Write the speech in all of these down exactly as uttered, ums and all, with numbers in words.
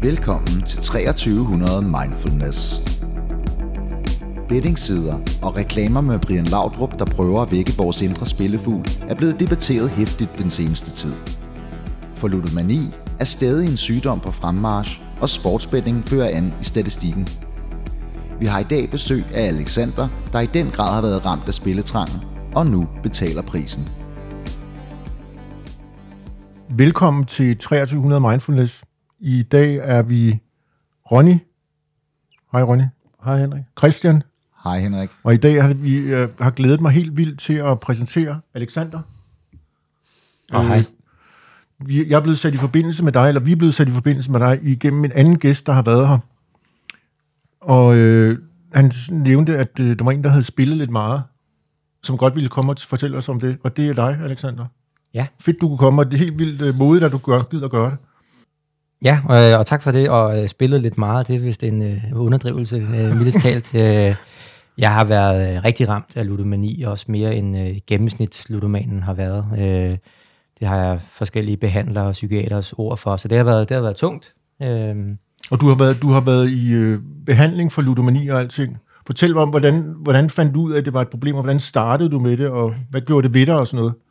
Velkommen til treogtyve hundrede Mindfulness. Bettingsider og reklamer med Brian Laudrup, der prøver at vække vores indre spillefugl, er blevet debatteret heftigt den seneste tid. For ludomani er stadig en sygdom på fremmarch, og sportsbetting fører an i statistikken. Vi har i dag besøg af Alexander, der i den grad har været ramt af spilletrangen, og nu betaler prisen. Velkommen til treogtyve hundrede Mindfulness. I dag er vi Ronny. Hej Ronny. Hej Henrik. Christian. Hej Henrik. Og i dag har vi øh, har glædet mig helt vildt til at præsentere Alexander. Og hej. Øh, jeg er blevet sat i forbindelse med dig, eller vi er blevet sat i forbindelse med dig igennem en anden gæst, der har været her. Og øh, han nævnte, at øh, der var en, der havde spillet lidt meget, som godt ville komme og fortælle os om det. Og det er dig, Alexander. Ja. Fedt, du kunne komme, og det er helt vildt øh, modigt, at du gør, gider at gøre det. Ja, og, og tak for det, og øh, spillet lidt meget. Det er vist en øh, underdrivelse, øh, mildest talt. Øh, jeg har været øh, rigtig ramt af ludomani, også mere end øh, gennemsnitsludomanen har været. Øh, det har jeg forskellige behandlere og psykiaters ord for, så det har været, det har været tungt. Øh, og du har været, du har været i øh, behandling for ludomani og alting. Fortæl mig om, hvordan, hvordan fandt du ud af, at det var et problem, og hvordan startede du med det, og hvad gjorde det ved dig og sådan noget?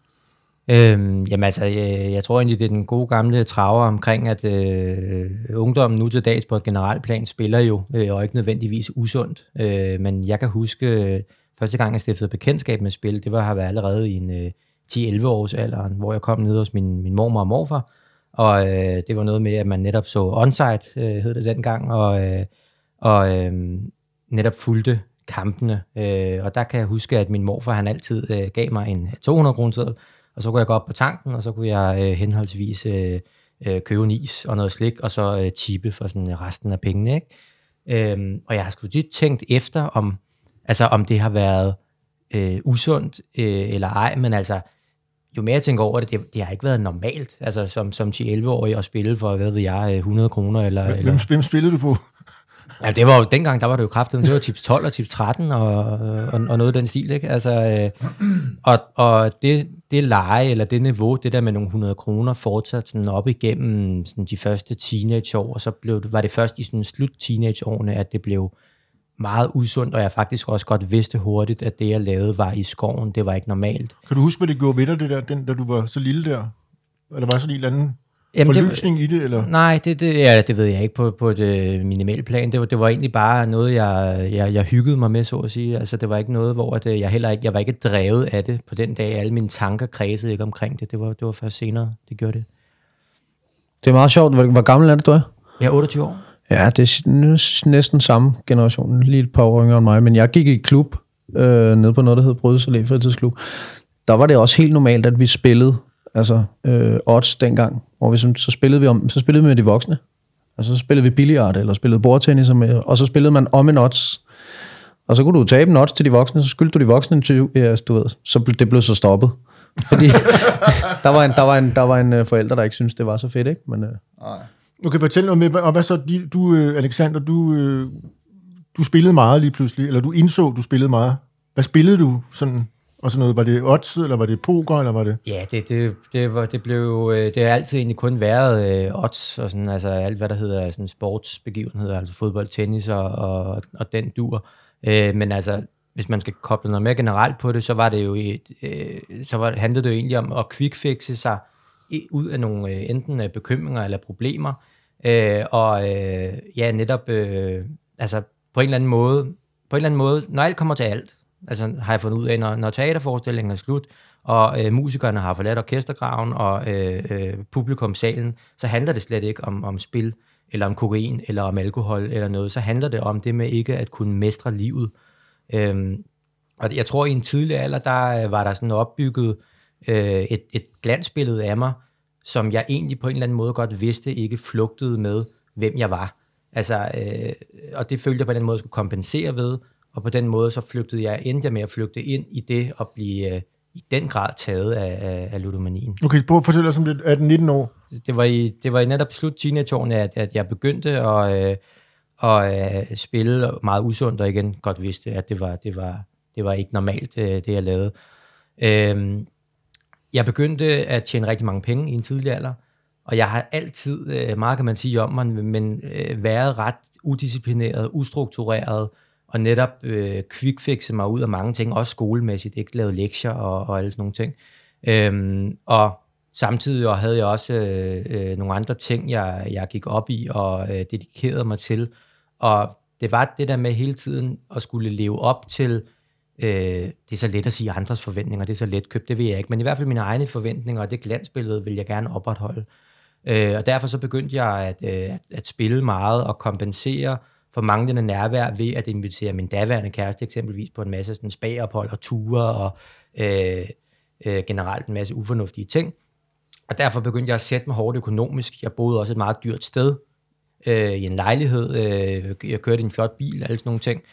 Øhm, jamen altså, jeg, jeg tror egentlig, det er den gode gamle traver omkring, at øh, ungdommen nu til dags på et generelt plan spiller jo, øh, og ikke nødvendigvis usundt. Øh, men jeg kan huske, øh, første gang jeg stiftede bekendtskab med spil, det var har været allerede i en øh, ti elleve års alderen, hvor jeg kom ned hos min, min mormor og morfar, og øh, det var noget med, at man netop så onsite, øh, hed det dengang, og, øh, og øh, netop fulgte kampene. Øh, og der kan jeg huske, at min morfar, han altid øh, gav mig en to hundrede kroner seddel, og så kunne jeg gå op på tanken, og så kunne jeg øh, henholdsvis øh, øh, købe en is og noget slik, og så øh, tippe for sådan resten af pengene, ikke? Øhm, og jeg har sgu tit tænkt efter, om, altså, om det har været øh, usundt øh, eller ej, men altså, jo mere jeg tænker over det, det, det har ikke været normalt, altså som, som ti elleve-årig at spille for, hvad ved jeg, hundrede kroner eller... Hvem, eller... hvem spillede du på? Ja, det var jo, dengang, der var det jo kraftigt, det var tips tolv og tips tretten og, og, og noget af den stil, ikke? Altså, øh, og, og det, det leje, eller det niveau, det der med nogle hundrede kroner, fortsat sådan op igennem sådan de første teenageår, og så blev det, var det først i sådan slut teenageårene, at det blev meget usundt, og jeg faktisk også godt vidste hurtigt, at det, jeg lavede, var i skoven, det var ikke normalt. Kan du huske, hvad det gjorde ved dig, det der, den, da du var så lille der? Eller var sådan en eller anden... Jamen, forløsning det, i det, eller? Nej, det, det, ja, det ved jeg ikke på, på et øh, minimalt plan. Det var, det var egentlig bare noget, jeg, jeg, jeg hyggede mig med, så at sige. Altså, det var ikke noget, hvor at, jeg heller ikke, jeg var ikke drevet af det på den dag. Alle mine tanker kredsede ikke omkring det. Det var, det var først senere, det gjorde det. Det er meget sjovt. Hvor, hvor gammel er det, du er? Jeg er otteogtyve år. Ja, det er næsten samme generation. Lige et par år yngre end mig. Men jeg gik i klub, øh, nede på noget, der hed Brødes Allé Fritidsklub. Der var det også helt normalt, at vi spillede altså øh, odds dengang, hvor vi så, så spillede vi om, så spillede vi med de voksne. Altså så spillede vi billiard eller spillede bordtennis, og så spillede man om en odds. Og så kunne du tabe en odds til de voksne, så skyldte du de voksne en tyve, ja, du ved. Så det blev så stoppet. Fordi der var en der var en der var en forælder, der ikke syntes det var så fedt, ikke? Men øh. Okay, fortæl noget med, og hvad så du Alexander, du du spillede meget lige pludselig, eller du indså du spillede meget. Hvad spillede du sådan? Og sådan noget, var det odds, eller var det poker, eller var det? Ja, det, det, det, var, det blev, det har altid egentlig kun været øh, odds, og sådan, altså alt, hvad der hedder sådan sportsbegivenheder, altså fodbold, tennis og, og, og den dur. Øh, men altså, hvis man skal koble noget mere generelt på det, så var det jo et, øh, så var, handlede det jo egentlig om at quickfixe sig ud af nogle øh, enten bekymringer eller problemer, øh, og øh, ja, netop, øh, altså på en eller anden måde, på en eller anden måde, når alt kommer til alt, altså har jeg fundet ud af, når, når teaterforestillingen er slut, og øh, musikerne har forladt orkestergraven, og øh, øh, publikumsalen, så handler det slet ikke om, om spil, eller om kokain, eller om alkohol, eller noget. Så handler det om det med ikke at kunne mestre livet. Øhm, og jeg tror, i en tidlig alder, der var der sådan opbygget øh, et, et glansbillede af mig, som jeg egentlig på en eller anden måde godt vidste ikke flugtede med, hvem jeg var. Altså, øh, og det følte jeg på den måde, skulle kompensere ved, og på den måde så flygtede jeg, endte jeg med at flygte ind i det, og blive øh, i den grad taget af, af, af ludomanien. Okay, prøv at fortælle os om det. atten nitten år? Det var i, det var i netop slut teenageårene, at, at jeg begyndte at, øh, at øh, spille meget usundt, og igen godt vidste, at det var, det var, det var ikke normalt, øh, det jeg lavede. Øh, jeg begyndte at tjene rigtig mange penge i en tidlig alder, og jeg har altid, øh, meget kan man sige om mig, men øh, været ret udisciplineret, ustruktureret, og netop øh, quickfixe mig ud af mange ting, også skolemæssigt, ikke lavet lektier og, og alle sådan nogle ting. Øhm, og samtidig havde jeg også øh, øh, nogle andre ting, jeg, jeg gik op i og øh, dedikerede mig til. Og det var det der med hele tiden at skulle leve op til, øh, det er så let at sige andres forventninger, det er så let købt, det ved jeg ikke, men i hvert fald mine egne forventninger, og det glansbillede vil jeg gerne opretholde. Øh, og derfor så begyndte jeg at, øh, at, at spille meget og kompensere for manglende nærvær ved at invitere min daværende kæreste eksempelvis på en masse sådan spagophold og ture og øh, øh, generelt en masse ufornuftige ting. Og derfor begyndte jeg at sætte mig hårdt økonomisk. Jeg boede også et meget dyrt sted øh, i en lejlighed. Øh, jeg kørte i en flot bil og alle sådan nogle ting.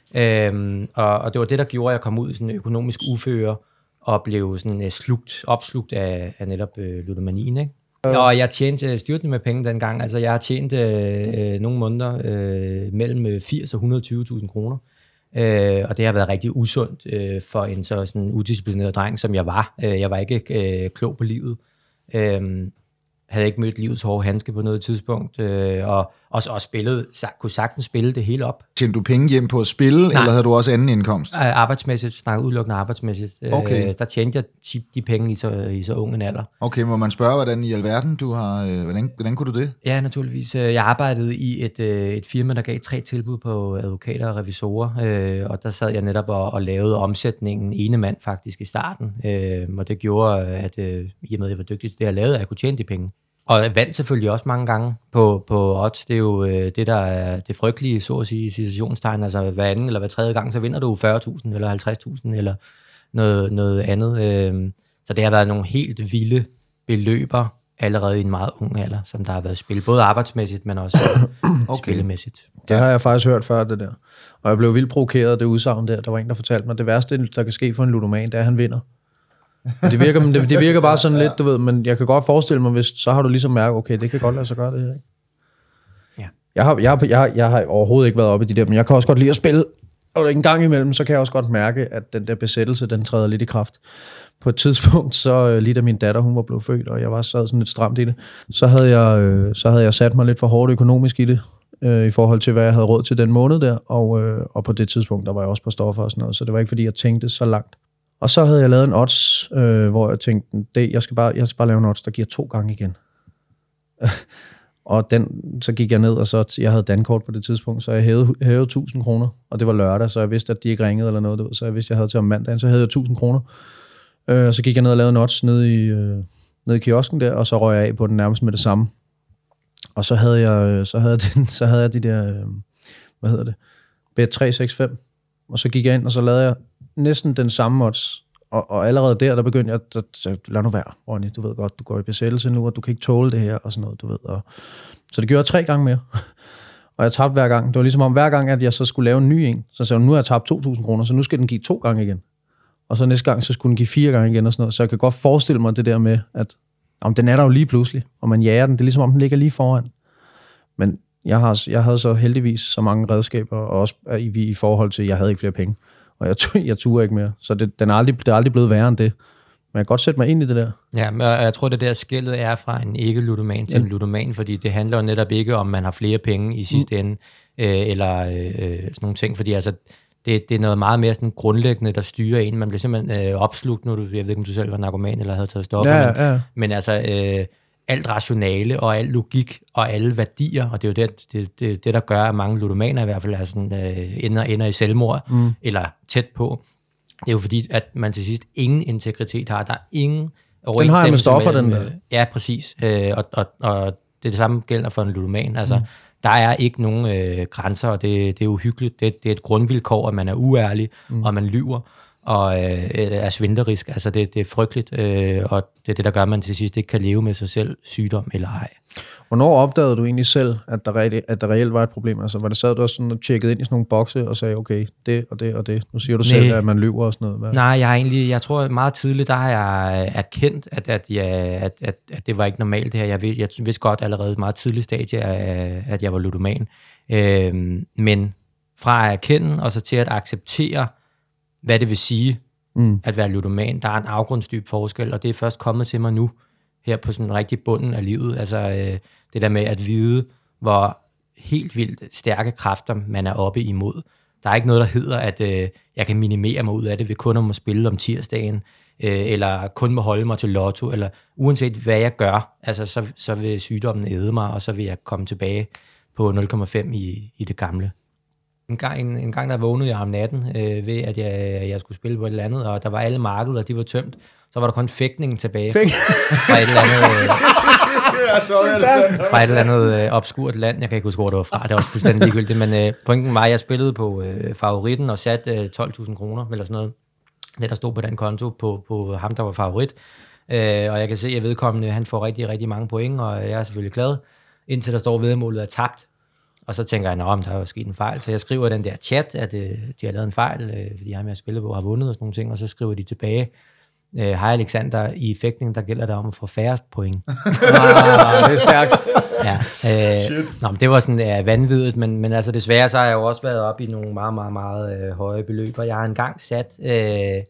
Øh, og, og det var det, der gjorde, at jeg kom ud i sådan en økonomisk uføre og blev sådan øh, slugt, opslugt af, af netop øh, ludomanien, ikke? Og jeg tjente styrtende med penge dengang. Altså, jeg har tjent øh, nogle måneder øh, mellem firs og et hundrede og tyve tusind kroner. Øh, og det har været rigtig usundt øh, for en så sådan udisciplineret dreng, som jeg var. Øh, jeg var ikke øh, klog på livet. Øh, havde ikke mødt livets hårde handske på noget tidspunkt. Øh, og også, også spillet, kunne sagtens spille det hele op. Tjente du penge hjem på at spille, Nej. eller havde du også anden indkomst? Arbejdsmæssigt, snakket udelukkende arbejdsmæssigt. Okay. Øh, der tjente jeg de penge i så, i så ung en alder. Okay, må man spørge, hvordan i alverden du har, øh, hvordan, hvordan kunne du det? Ja, naturligvis. Jeg arbejdede i et, øh, et firma, der gav tre tilbud på advokater og revisorer, øh, og der sad jeg netop og, og lavede omsætningen ene mand faktisk i starten, øh, og det gjorde, at øh, i og med, at jeg var dygtig til det, jeg lavede, at jeg kunne tjene de penge. Og jeg vandt selvfølgelig også mange gange på, på odds. Det er jo øh, det, der er det frygtelige, så at sige, situationstegn. Altså hver anden eller hver tredje gang, så vinder du fyrre tusind eller halvtreds tusind eller noget, noget andet. Øh, så det har været nogle helt vilde beløber allerede i en meget ung alder, som der har været spillet. Både arbejdsmæssigt, men også okay. spillemæssigt. Det har jeg faktisk hørt før, det der. Og jeg blev vildt provokeret af det udsagn der. Der var en, der fortalte mig, at det værste, der kan ske for en ludoman, det er, at han vinder. Og det virker, det, det virker bare sådan lidt, du ved, men jeg kan godt forestille mig, hvis så har du ligesom mærket, okay, det kan godt lade sig gøre det her, ikke? Ja. Jeg har, jeg, har, jeg, har, jeg har overhovedet ikke været oppe i de der, men jeg kan også godt lide at spille, og en gang imellem, så kan jeg også godt mærke, at den der besættelse, den træder lidt i kraft. På et tidspunkt, så lige da min datter, hun var blevet født, og jeg var sad sådan lidt stramt i det, så havde jeg, øh, så havde jeg sat mig lidt for hårdt økonomisk i det, øh, i forhold til, hvad jeg havde råd til den måned der, og, øh, og på det tidspunkt, der var jeg også på stoffer og sådan noget, så det var ikke, fordi jeg tænkte så langt. Og så havde jeg lavet en odds, øh, hvor jeg tænkte, det, jeg, skal bare, jeg skal bare lave en odds, der giver to gange igen. Og den, så gik jeg ned, og så jeg havde dankort på det tidspunkt, så jeg hævede, hævede tusind kroner, og det var lørdag, så jeg vidste, at de ikke ringede eller noget, så jeg vidste, at jeg havde til om mandagen, så havde jeg tusind kroner. Øh, og så gik jeg ned og lavede en odds nede i, øh, nede i kiosken der, og så røg jeg af på den nærmest med det samme. Og så havde jeg, så havde jeg, den, så havde jeg de der, øh, hvad hedder det, bet tre seks fem, og så gik jeg ind, og så lavede jeg næsten den samme odds, og, og allerede der, der begyndte jeg, at, at lad nu være, Ronny, du ved godt, du går i besættelse nu, og du kan ikke tåle det her, og sådan noget, du ved. Og, så det gjorde jeg tre gange mere, og jeg tabte hver gang. Det var ligesom om hver gang, at jeg så skulle lave en ny en, så sagde jeg, nu har jeg tabt to tusind kroner, så nu skal den give to gange igen. Og så næste gang, så skulle den give fire gange igen, og sådan noget. Så jeg kan godt forestille mig det der med, at om den er der jo lige pludselig, og man jager den, det er ligesom om den ligger lige foran. Men jeg, har, jeg havde så heldigvis så mange redskaber, og også i, i forhold til, at jeg havde ikke flere penge. Og jeg, jeg turde ikke mere. Så det, den er aldrig, det er aldrig blevet værre end det. Men jeg kan godt sætte mig ind i det der. Ja, men jeg tror, det der skillet er fra en ikke-ludoman til ja. en ludoman, fordi det handler jo netop ikke om, man har flere penge i sidste mm. ende, øh, eller øh, sådan nogle ting. Fordi altså, det, det er noget meget mere sådan grundlæggende, der styrer en. Man bliver simpelthen øh, opslugt, nu du, jeg ved ikke, om du selv var narkoman eller havde taget stoffer. Ja, men, ja. men altså... Øh, alt rationale og al logik og alle værdier, og det er jo det, det, det, det der gør, at mange ludomaner i hvert fald er sådan, øh, ender, ender i selvmord, mm. eller tæt på. Det er jo fordi, at man til sidst ingen integritet har. Der er ingen overensstemmelse. Den har jeg med stoffer, mellem, den der. Ja, præcis. Øh, og, og, og det er det samme gælder for en ludoman. Altså, mm. der er ikke nogen øh, grænser, og det, det er uhyggeligt. Det, det er et grundvilkår, at man er uærlig, mm. og man lyver, og øh, er svindlerisk. Altså det, det er frygteligt, øh, og det er det, der gør, at man til sidst ikke kan leve med sig selv, sygdom eller ej. Hvornår opdagede du egentlig selv, at der, reelt, at der reelt var et problem? Altså var det sad du også sådan og tjekkede ind i sådan nogle bokse og sagde, okay, det og det og det. Nu siger du Nej. selv, at man lyver og sådan noget. Hvad? Nej, jeg har egentlig, jeg tror meget tidligt, der har jeg erkendt, at, at, jeg, at, at, at det var ikke normalt det her. Jeg, ved, jeg vidste godt allerede meget tidligt stadie, at jeg var ludoman. Øh, men fra at erkende og så til at acceptere, hvad det vil sige mm. at være ludoman. Der er en afgrundsdyb forskel, og det er først kommet til mig nu, her på sådan en rigtig bunden af livet. Altså øh, det der med at vide, hvor helt vildt stærke kræfter man er oppe imod. Der er ikke noget, der hedder, at øh, jeg kan minimere mig ud af det ved kun at spille om tirsdagen, øh, eller kun må holde mig til lotto, eller uanset hvad jeg gør, altså, så, så vil sygdommen æde mig, og så vil jeg komme tilbage på nul komma fem i, i det gamle. En gang, en, en gang der vågnede jeg om natten øh, ved, at jeg, jeg skulle spille på et eller andet, og der var alle markeder, de var tømt. Så var der kun fægtningen tilbage. Fæk. Fra et eller andet, øh, fra et eller andet øh, obskurt land. Jeg kan ikke huske, hvor det var fra. Det var fuldstændig ligegyldigt. Men øh, pointen var, at jeg spillede på øh, favoritten og satte øh, tolv tusind kroner, eller sådan noget. Det, der stod på den konto på, på ham, der var favorit. Øh, og jeg kan se, at vedkommende, han får rigtig, rigtig mange point, og jeg er selvfølgelig glad, indtil der står, at vedmålet er tabt. Og så tænker jeg, at der er jo sket en fejl. Så jeg skriver i den der chat, at øh, de har lavet en fejl, øh, fordi ham, jeg spiller på, har vundet og sådan nogle ting. Og så skriver de tilbage, hej Alexander, i fægtning, der gælder det om at få færrest point. Wow, det er stærkt. Ja, øh, nå, men det var sådan ja, vanvittigt, men, men altså desværre så har jeg jo også været op i nogle meget, meget, meget øh, høje beløb, og jeg har engang sat øh,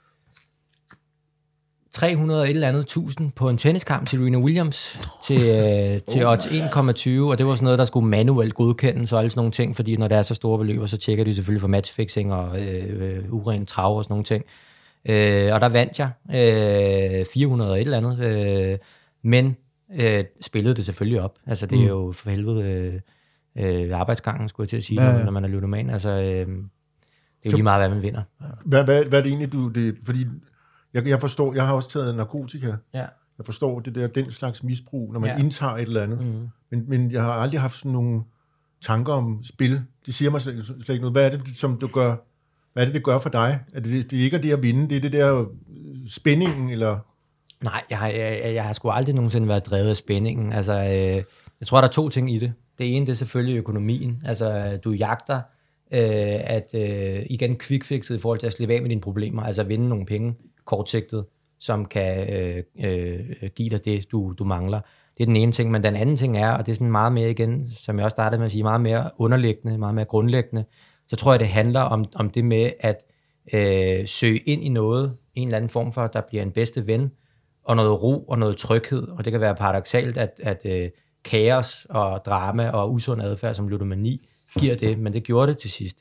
tre hundrede og et eller andet tusind på en tenniskamp til Serena Williams til, øh, til odds en komma tyve, og det var sådan noget, der skulle manuelt godkendes og alle sådan nogle ting, fordi når der er så store beløb, så tjekker de selvfølgelig for matchfixing og øh, øh, uren trav og sådan nogle ting. Øh, og der vandt jeg øh, fire hundrede og et eller andet, øh, men øh, spillede det selvfølgelig op. Altså det er jo for helvede øh, øh, arbejdsgangen, skulle jeg til at sige, ja, ja. Når man er ludoman. Altså øh, det er jo lige meget, hvad man vinder. Hvad, hvad, hvad er det egentlig, du... Det, fordi jeg, jeg forstår, jeg har også taget narkotika. Ja. Jeg forstår det der, den slags misbrug, når man ja. indtager et eller andet. Mm. Men, men jeg har aldrig haft sådan nogle tanker om spil. Det siger mig slet, slet ikke noget. Hvad er det, som du gør... Hvad er det, det gør for dig? Er det, det er ikke det at vinde, det er det der spændingen, eller? Nej, jeg har, jeg, jeg har sgu aldrig nogensinde været drevet af spændingen. Altså, øh, jeg tror, der er to ting i det. Det ene, det er selvfølgelig økonomien. Altså, du jagter øh, at øh, igen quickfixet i forhold til at slippe af med dine problemer, altså vinde nogle penge kortsigtet, som kan øh, øh, give dig det, du, du mangler. Det er den ene ting, men den anden ting er, og det er sådan meget mere igen, som jeg også startede med at sige, meget mere underliggende, meget mere grundlæggende, så tror jeg, det handler om, om det med at øh, søge ind i noget, en eller anden form for, der bliver en bedste ven, og noget ro og noget tryghed, og det kan være paradoksalt, at, at øh, kaos og drama og usund adfærd som ludomani giver det, men det gjorde det til sidst.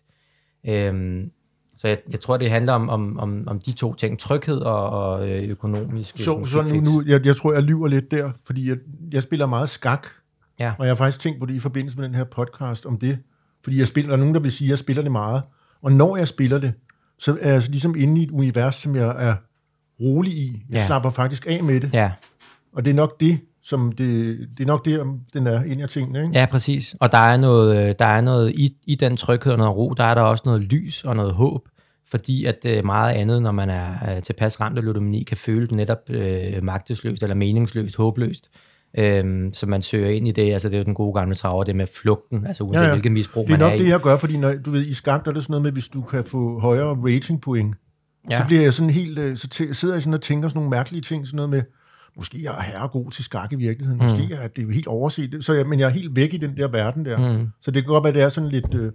Øhm, så jeg, jeg tror, det handler om, om, om, om de to ting, tryghed og, og økonomisk. Så, så nu, nu jeg, jeg tror, jeg lyver lidt der, fordi jeg, jeg spiller meget skak, ja. Og jeg har faktisk tænkt på det i forbindelse med den her podcast om det, fordi jeg spiller, der er nogen, der vil sige, at jeg spiller det meget, og når jeg spiller det, så er jeg ligesom inde i et univers, som jeg er rolig i. Jeg ja. slapper faktisk af med det, ja. Og det er nok det, som det, det er nok det, den er en af tingene, ikke? Ja, præcis. Og der er noget, der er noget i, i den tryghed og noget ro, der er der også noget lys og noget håb, fordi at meget andet, når man er tilpas ramt af ludomani, kan føle det netop øh, magtesløst eller meningsløst, håbløst. Øhm, så man søger ind i det, altså det er jo den gode gamle traver, det med flugten, altså uanset ja, ja. hvilket misbrug man er i. Det er nok det, jeg gør, fordi når, du ved, i skak, der er det sådan noget med, hvis du kan få højere ratingpoint, ja. så bliver jeg sådan helt, så t- sidder jeg sådan og tænker sådan nogle mærkelige ting, sådan noget med, måske jeg er herregod til skak i virkeligheden, mm. måske er det jo helt overset, så jeg, men jeg er helt væk i den der verden der. Mm. Så det kan godt være, at det er sådan lidt øh,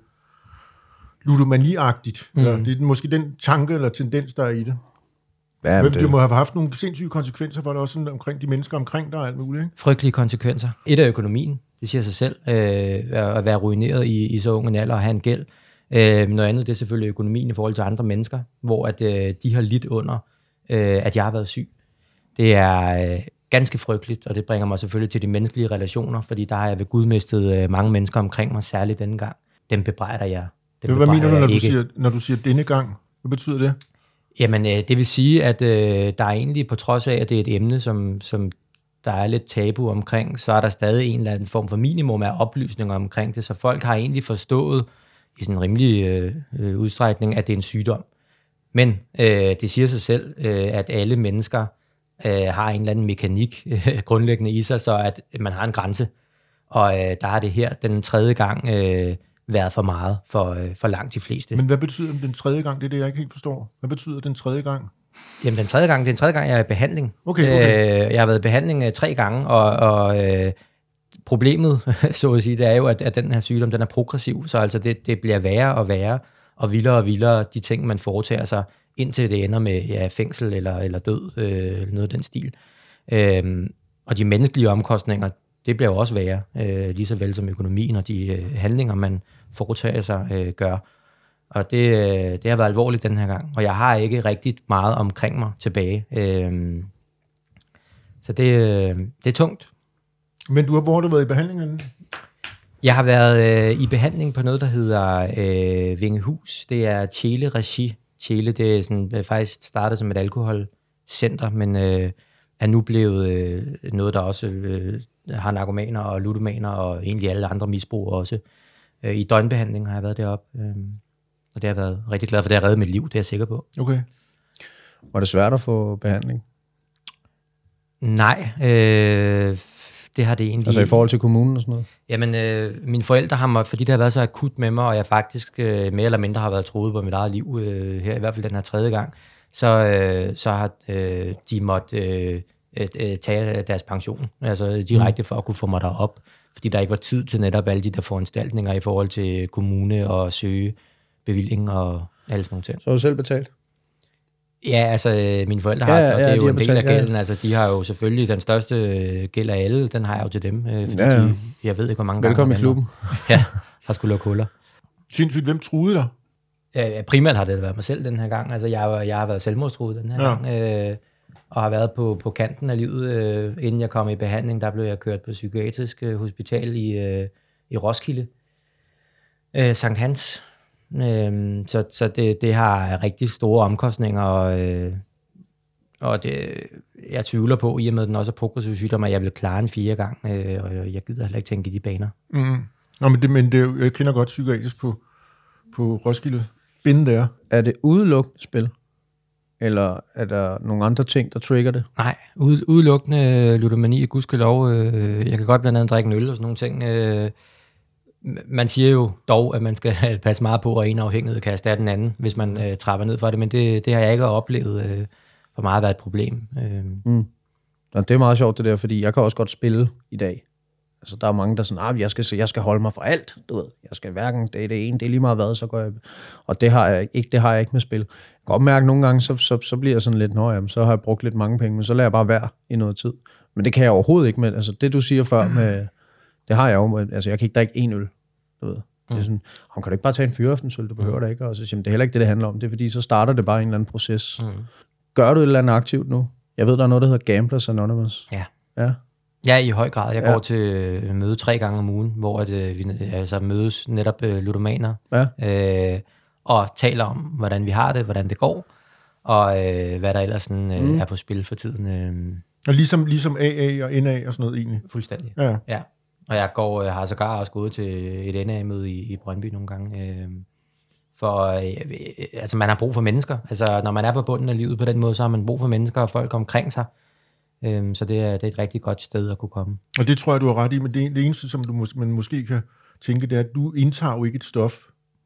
ludomani-agtigt. Mm. Eller, det er måske den tanke eller tendens, der er i det. Ja, men det, det må have haft nogle sindssyge konsekvenser for det også sådan omkring de mennesker omkring dig og alt muligt, ikke? Frygtelige konsekvenser. Et er økonomien, det siger sig selv, øh, at være ruineret i, i så unge en alder og have en gæld. Øh, noget andet, det er selvfølgelig økonomien i forhold til andre mennesker, hvor at, øh, de har lidt under, øh, at jeg har været syg. Det er øh, ganske frygteligt, og det bringer mig selvfølgelig til de menneskelige relationer, fordi der har jeg ved Gud mistet øh, mange mennesker omkring mig, særligt denne gang. Dem bebrejder jeg. Dem Hvad mener du, når du, siger, når du siger denne gang? Hvad betyder det? Jamen, øh, det vil sige, at øh, der er egentlig, på trods af, at det er et emne, som, som der er lidt tabu omkring, så er der stadig en eller anden form for minimum af oplysninger omkring det, så folk har egentlig forstået i sådan en rimelig øh, udstrækning, at det er en sygdom. Men øh, det siger sig selv, øh, at alle mennesker øh, har en eller anden mekanik øh, grundlæggende i sig, så at man har en grænse. Og øh, der er det her den tredje gang øh, været for meget for, øh, for langt de fleste. Men hvad betyder den tredje gang? Det er det, jeg ikke helt forstår. Hvad betyder den tredje gang? Jamen den tredje gang, det er den tredje gang, jeg er i behandling. Okay, okay. Øh, jeg har været i behandling øh, tre gange, og, og øh, problemet, så at sige, det er jo, at, at den her sygdom, den er progressiv, så altså det, det bliver værre og værre, og vildere og vildere, de ting, man foretager sig, indtil det ender med ja, fængsel eller, eller død, øh, noget af den stil. Øh, og de menneskelige omkostninger, det bliver jo også værre, øh, lige så vel som økonomien og de øh, handlinger, man foretager sig, øh, gør. Og det, øh, det har været alvorligt den her gang, og jeg har ikke rigtig meget omkring mig tilbage. Øh, så det, øh, det er tungt. Men du har, hvor har du været i behandlingen? Jeg har været øh, i behandling på noget, der hedder øh, Vingehus. Det er Tjele Regi. Tjele, det er sådan, det er faktisk startet som et alkoholcenter, men øh, er nu blevet øh, noget, der også øh, har narkomaner og ludomaner og egentlig alle andre misbrugere også. Øh, I døgnbehandling har jeg været deroppe, øh, og det har jeg været rigtig glad for. Det har reddet mit liv, det er jeg sikker på. Okay. Var det svært at få behandling? Nej, øh, det har det egentlig... Altså i forhold til kommunen og sådan noget? Jamen, øh, mine forældre har mig, fordi det har været så akut med mig, og jeg faktisk øh, mere eller mindre har været troet på mit eget liv, øh, her i hvert fald den her tredje gang, så, øh, så har øh, de måtte øh, øh, tage deres pension, altså direkte for at kunne få mig derop, fordi der ikke var tid til netop alle de der foranstaltninger i forhold til kommune og søge bevilling og alle sådan nogle ting. Så har du selv betalt? Ja, altså mine forældre har, ja, ja, og det er ja, jo en del betalt, af gælden. ja. Altså de har jo selvfølgelig den største gæld af alle, den har jeg jo til dem, øh, fordi ja, ja. De, jeg ved ikke, hvor mange gange... Velkommen i klubben. Ja, har skulle lukke huller. Sindssygt, hvem truede dig? Ja, primært har det været mig selv den her gang. Altså jeg, jeg har været selvmordstruet den her ja. gang, øh, og har været på, på kanten af livet. Øh, inden jeg kom i behandling, der blev jeg kørt på psykiatrisk øh, hospital i, øh, i Roskilde. Øh, Sankt Hans. Øh, så så det, det har rigtig store omkostninger, og, øh, og det, jeg tvivler på, i og med at den også er progressiv sygdom, at jeg vil klare en fire gang, øh, og jeg gider heller ikke tænke i de baner. Mm. Nå, men, det, men det, jeg kender godt psykiatrisk på, på Roskilde. Binde der. Er det udelukkende spil? Eller er der nogle andre ting, der trigger det? Nej, udelukkende ludomani, gudskelov. Øh, jeg kan godt blandt andet drikke en øl og sådan nogle ting. Øh, man siger jo dog, at man skal passe meget på, at en afhængighed kan erstatte den anden, hvis man øh, trapper ned for det, men det, det har jeg ikke oplevet øh, for meget at være et problem. Øh. Mm. Og det er meget sjovt det der, fordi jeg kan også godt spille i dag. Altså der er mange, der er sådan, ah, jeg skal, jeg skal holde mig fra alt, du ved. Jeg skal hverken, det er det ene, det er lige meget hvad, så går jeg... Og det har jeg ikke, det har jeg ikke med spil. Jeg kan godt mærke, at nogle gange, så, så, så bliver jeg sådan lidt, nå jamen, så har jeg brugt lidt mange penge, men så lader jeg bare være i noget tid. Men det kan jeg overhovedet ikke med, altså det du siger før med, det har jeg jo med, altså jeg kan ikke drikke en øl, du ved. Det er sådan, kan du ikke bare tage en fyraftensøl, du behøver det ikke, og så siger det er heller ikke det, det handler om, det er fordi, så starter det bare en eller anden proces. Mm. Gør du et eller andet aktivt nu? Jeg ved, der er noget, der hedder Gamblers Anonymous. Ja. Ja. Ja, i høj grad. Jeg ja. går til møde tre gange om ugen, hvor at, øh, vi altså, mødes netop øh, ludomaner, ja. øh, og taler om, hvordan vi har det, hvordan det går, og øh, hvad der ellers sådan, øh, mm. er på spil for tiden. Øh. Og ligesom, ligesom A A og N A og sådan noget egentlig? Fuldstændig, ja. ja. Og jeg går, jeg har sågar også gået til et N A-møde i, i Brøndby nogle gange, øh, for øh, altså man har brug for mennesker. Altså når man er på bunden af livet på den måde, så har man brug for mennesker og folk omkring sig. Så det er, det er et rigtig godt sted at kunne komme. Og det tror jeg, du har ret i, men det, det eneste, som du mås- man måske kan tænke, det er, at du indtager jo ikke et stof,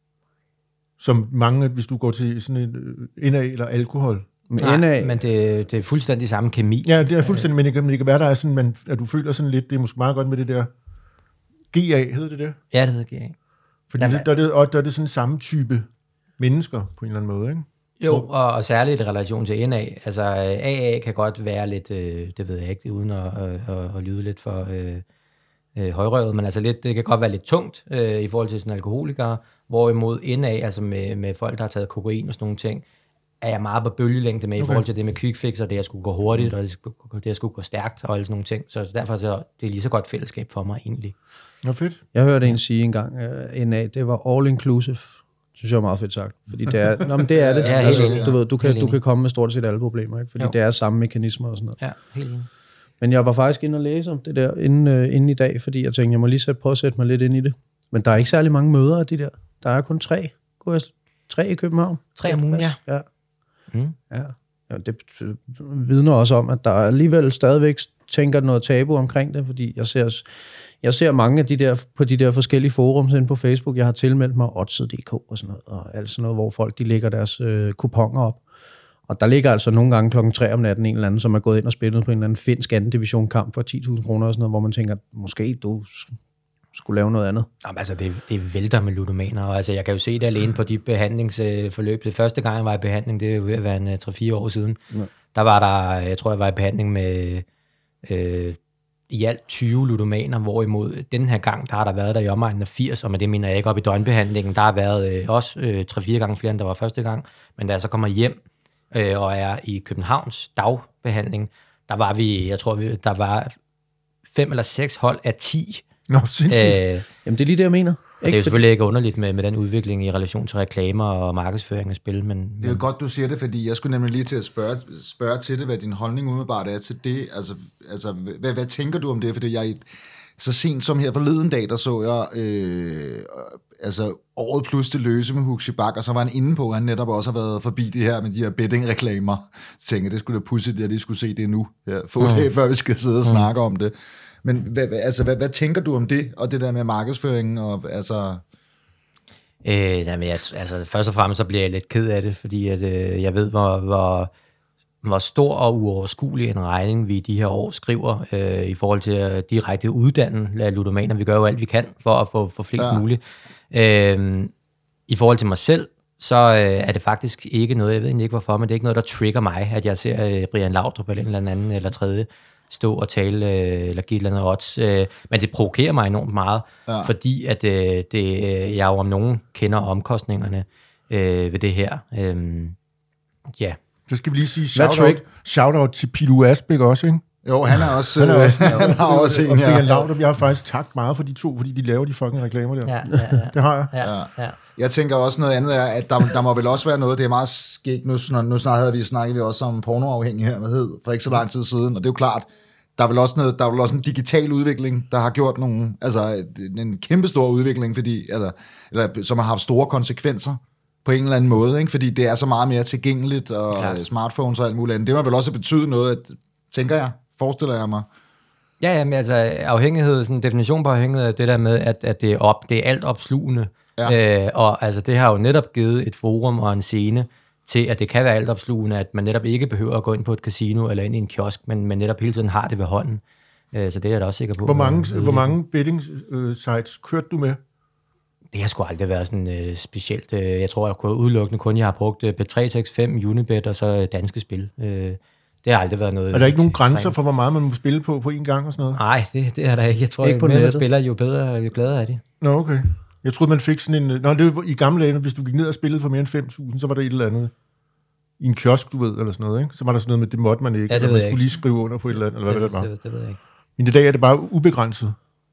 som mange, hvis du går til sådan en N A eller alkohol. Nej, N A men det, det er fuldstændig samme kemi. Ja, det er fuldstændig, men det kan, men det kan være, der er sådan, man, at du føler sådan lidt, det er måske meget godt med det der G A, hedder det det? Ja, det hedder G A. Fordi det, der, er det, og der er det sådan samme type mennesker på en eller anden måde, ikke? Jo, og, og særligt i relation til N A. Altså A A kan godt være lidt, øh, det ved jeg ikke, uden at, øh, at, at lyde lidt for øh, øh, højrøvet, men altså lidt, det kan godt være lidt tungt øh, i forhold til sådan alkoholikere, hvorimod N A, altså med, med folk, der har taget kokain og sådan nogle ting, er jeg meget på bølgelængde med okay. i forhold til det med quick fix, og det, jeg skulle gå hurtigt, og det, det jeg skulle gå stærkt, og alle sådan nogle ting. Så derfor så det er lige så godt fællesskab for mig egentlig. Nå fedt. Jeg hørte en sige engang, uh, N A, det var all inclusive. Det synes jeg er meget fedt sagt, fordi det er, nå, men det er det. Ja, altså, enig, du ved, du kan, du kan komme med stort set alle problemer, ikke? Fordi jo. Det er samme mekanismer og sådan noget. Ja, helt enig. Men jeg var faktisk inde og læse om det der inden, uh, inden i dag, fordi jeg tænkte, jeg må lige sætte, prøve at sætte mig lidt ind i det. Men der er ikke særlig mange møder af de der. Der er kun tre. Tre i København. Tre om ugen, ja. Ja. Mm. Ja. Ja, det vidner også om, at der alligevel stadigvæk tænker noget tabu omkring det, fordi jeg ser, jeg ser mange af de der, på de der forskellige forums inde på Facebook, jeg har tilmeldt mig, Odset punktum d k og sådan noget, og alt sådan noget, hvor folk de lægger deres øh, kuponer op. Og der ligger altså nogle gange klokken tre om natten en eller anden, som er gået ind og spillet på en eller anden finsk anden division kamp for ti tusind kroner og sådan noget, hvor man tænker, måske du skulle lave noget andet. Jamen, altså, det, det vælter med ludomaner, og altså, jeg kan jo se det alene på de behandlingsforløb. Det første gang, jeg var i behandling, det er jo ved at være en tre fire år siden. Ja. Der var der, jeg tror, jeg var i behandling med øh, i alt tyve ludomaner, hvorimod den her gang, der har der været der i omegnen af firs, og med det mener jeg ikke op i døgnbehandlingen, der har været øh, også øh, tre fire gange flere, end der var første gang, men da jeg så kommer hjem øh, og er i Københavns dagbehandling, der var vi, jeg tror, vi, der var fem eller seks hold af ti. Nå, sindssygt. Øh, Jamen, det er lige det, jeg mener. Det er jo selvfølgelig ikke underligt med, med den udvikling i relation til reklamer og markedsføring af spil, men... Det er jo godt, du siger det, fordi jeg skulle nemlig lige til at spørge, spørge til det, hvad din holdning umiddelbart er til det. Altså, altså hvad, hvad tænker du om det? Fordi jeg så sent som her forleden dag, der så jeg øh, altså året plus det løse med Huxi Bak, og så var han inde på, at han netop også har været forbi det her med de her betting-reklamer. Så tænkte jeg, det skulle da pudsigt, at jeg lige skulle se det nu, ja, få mm. det, før vi skal sidde og snakke mm. om det. Men hvad, altså, hvad, hvad tænker du om det, og det der med markedsføringen, og altså... Øh, jamen, jeg, altså, først og fremmest så bliver jeg lidt ked af det, fordi at, øh, jeg ved, hvor, hvor, hvor stor og uoverskuelig en regning vi i de her år skriver, øh, i forhold til at direkte uddanne ludomaner. Vi gør jo alt, vi kan for at få for flest ja. muligt. Øh, I forhold til mig selv, så øh, er det faktisk ikke noget, jeg ved ikke hvorfor, men det er ikke noget, der trigger mig, at jeg ser øh, Brian Laudrup eller en eller anden eller tredje stå og tale øh, eller give et eller andet odds. Øh, men det provokerer mig enormt meget, ja. fordi at øh, det, jeg jo om nogen kender omkostningerne øh, ved det her. Øh, ja. Så skal vi lige sige shout-out shout out til Pilu Asbæk også, ikke? Jo, han er også, han er også, han han har også en, og ja. Brian Laudrup, jeg har faktisk takt meget for de to, fordi de laver de fucking reklamer der. Ja, ja, ja. Det har jeg. Ja, ja. Jeg tænker også noget andet er, at der, der må vel også være noget, det er meget skægt, nu, nu snart havde vi snakket vi også om pornoafhængighed for ikke så lang tid siden, og det er jo klart, der er vel også noget, der er vel også en digital udvikling, der har gjort nogle, altså en kæmpe stor udvikling, fordi, eller, eller, som har haft store konsekvenser på en eller anden måde, ikke? Fordi det er så meget mere tilgængeligt, og ja. smartphones og alt muligt andet. Det må vel også betyde noget, at, tænker jeg, forestiller jeg mig. Ja, jamen, altså afhængighed, sådan en definition på afhængighed er det der med, at, at det, er op, det er alt opslugende. Ja. Øh, og altså, det har jo netop givet et forum og en scene til, at det kan være altopslugende, at man netop ikke behøver at gå ind på et casino eller ind i en kiosk, men man netop hele tiden har det ved hånden. Øh, så det er jeg da også sikker på. Hvor mange, hvor mange betting øh, sites kørte du med? Det har sgu aldrig været sådan øh, specielt. Jeg tror, jeg kunne udelukkende kun, jeg har brugt øh, bet tre seks fem, Unibet og så danske spil. Øh, det har aldrig været noget... Er der ikke nogen grænser for, hvor meget man må spille på på en gang og sådan noget? Nej, det, det er der ikke. Jeg tror, ikke på mere man spiller, jo bedre, jo gladere er de. Nå, okay. Jeg troede, man fik sådan en... Nå, det var i gamle dage, hvis du gik ned og spillede for mere end fem tusind, så var der et eller andet i en kiosk, du ved, eller sådan noget, ikke? Så var der sådan noget med, det måtte man ikke, ja, det og man skulle ikke. lige skrive under på et eller andet, eller hvad det, det var. Det, det ved jeg ikke. Men i dag er det bare ubegrænset.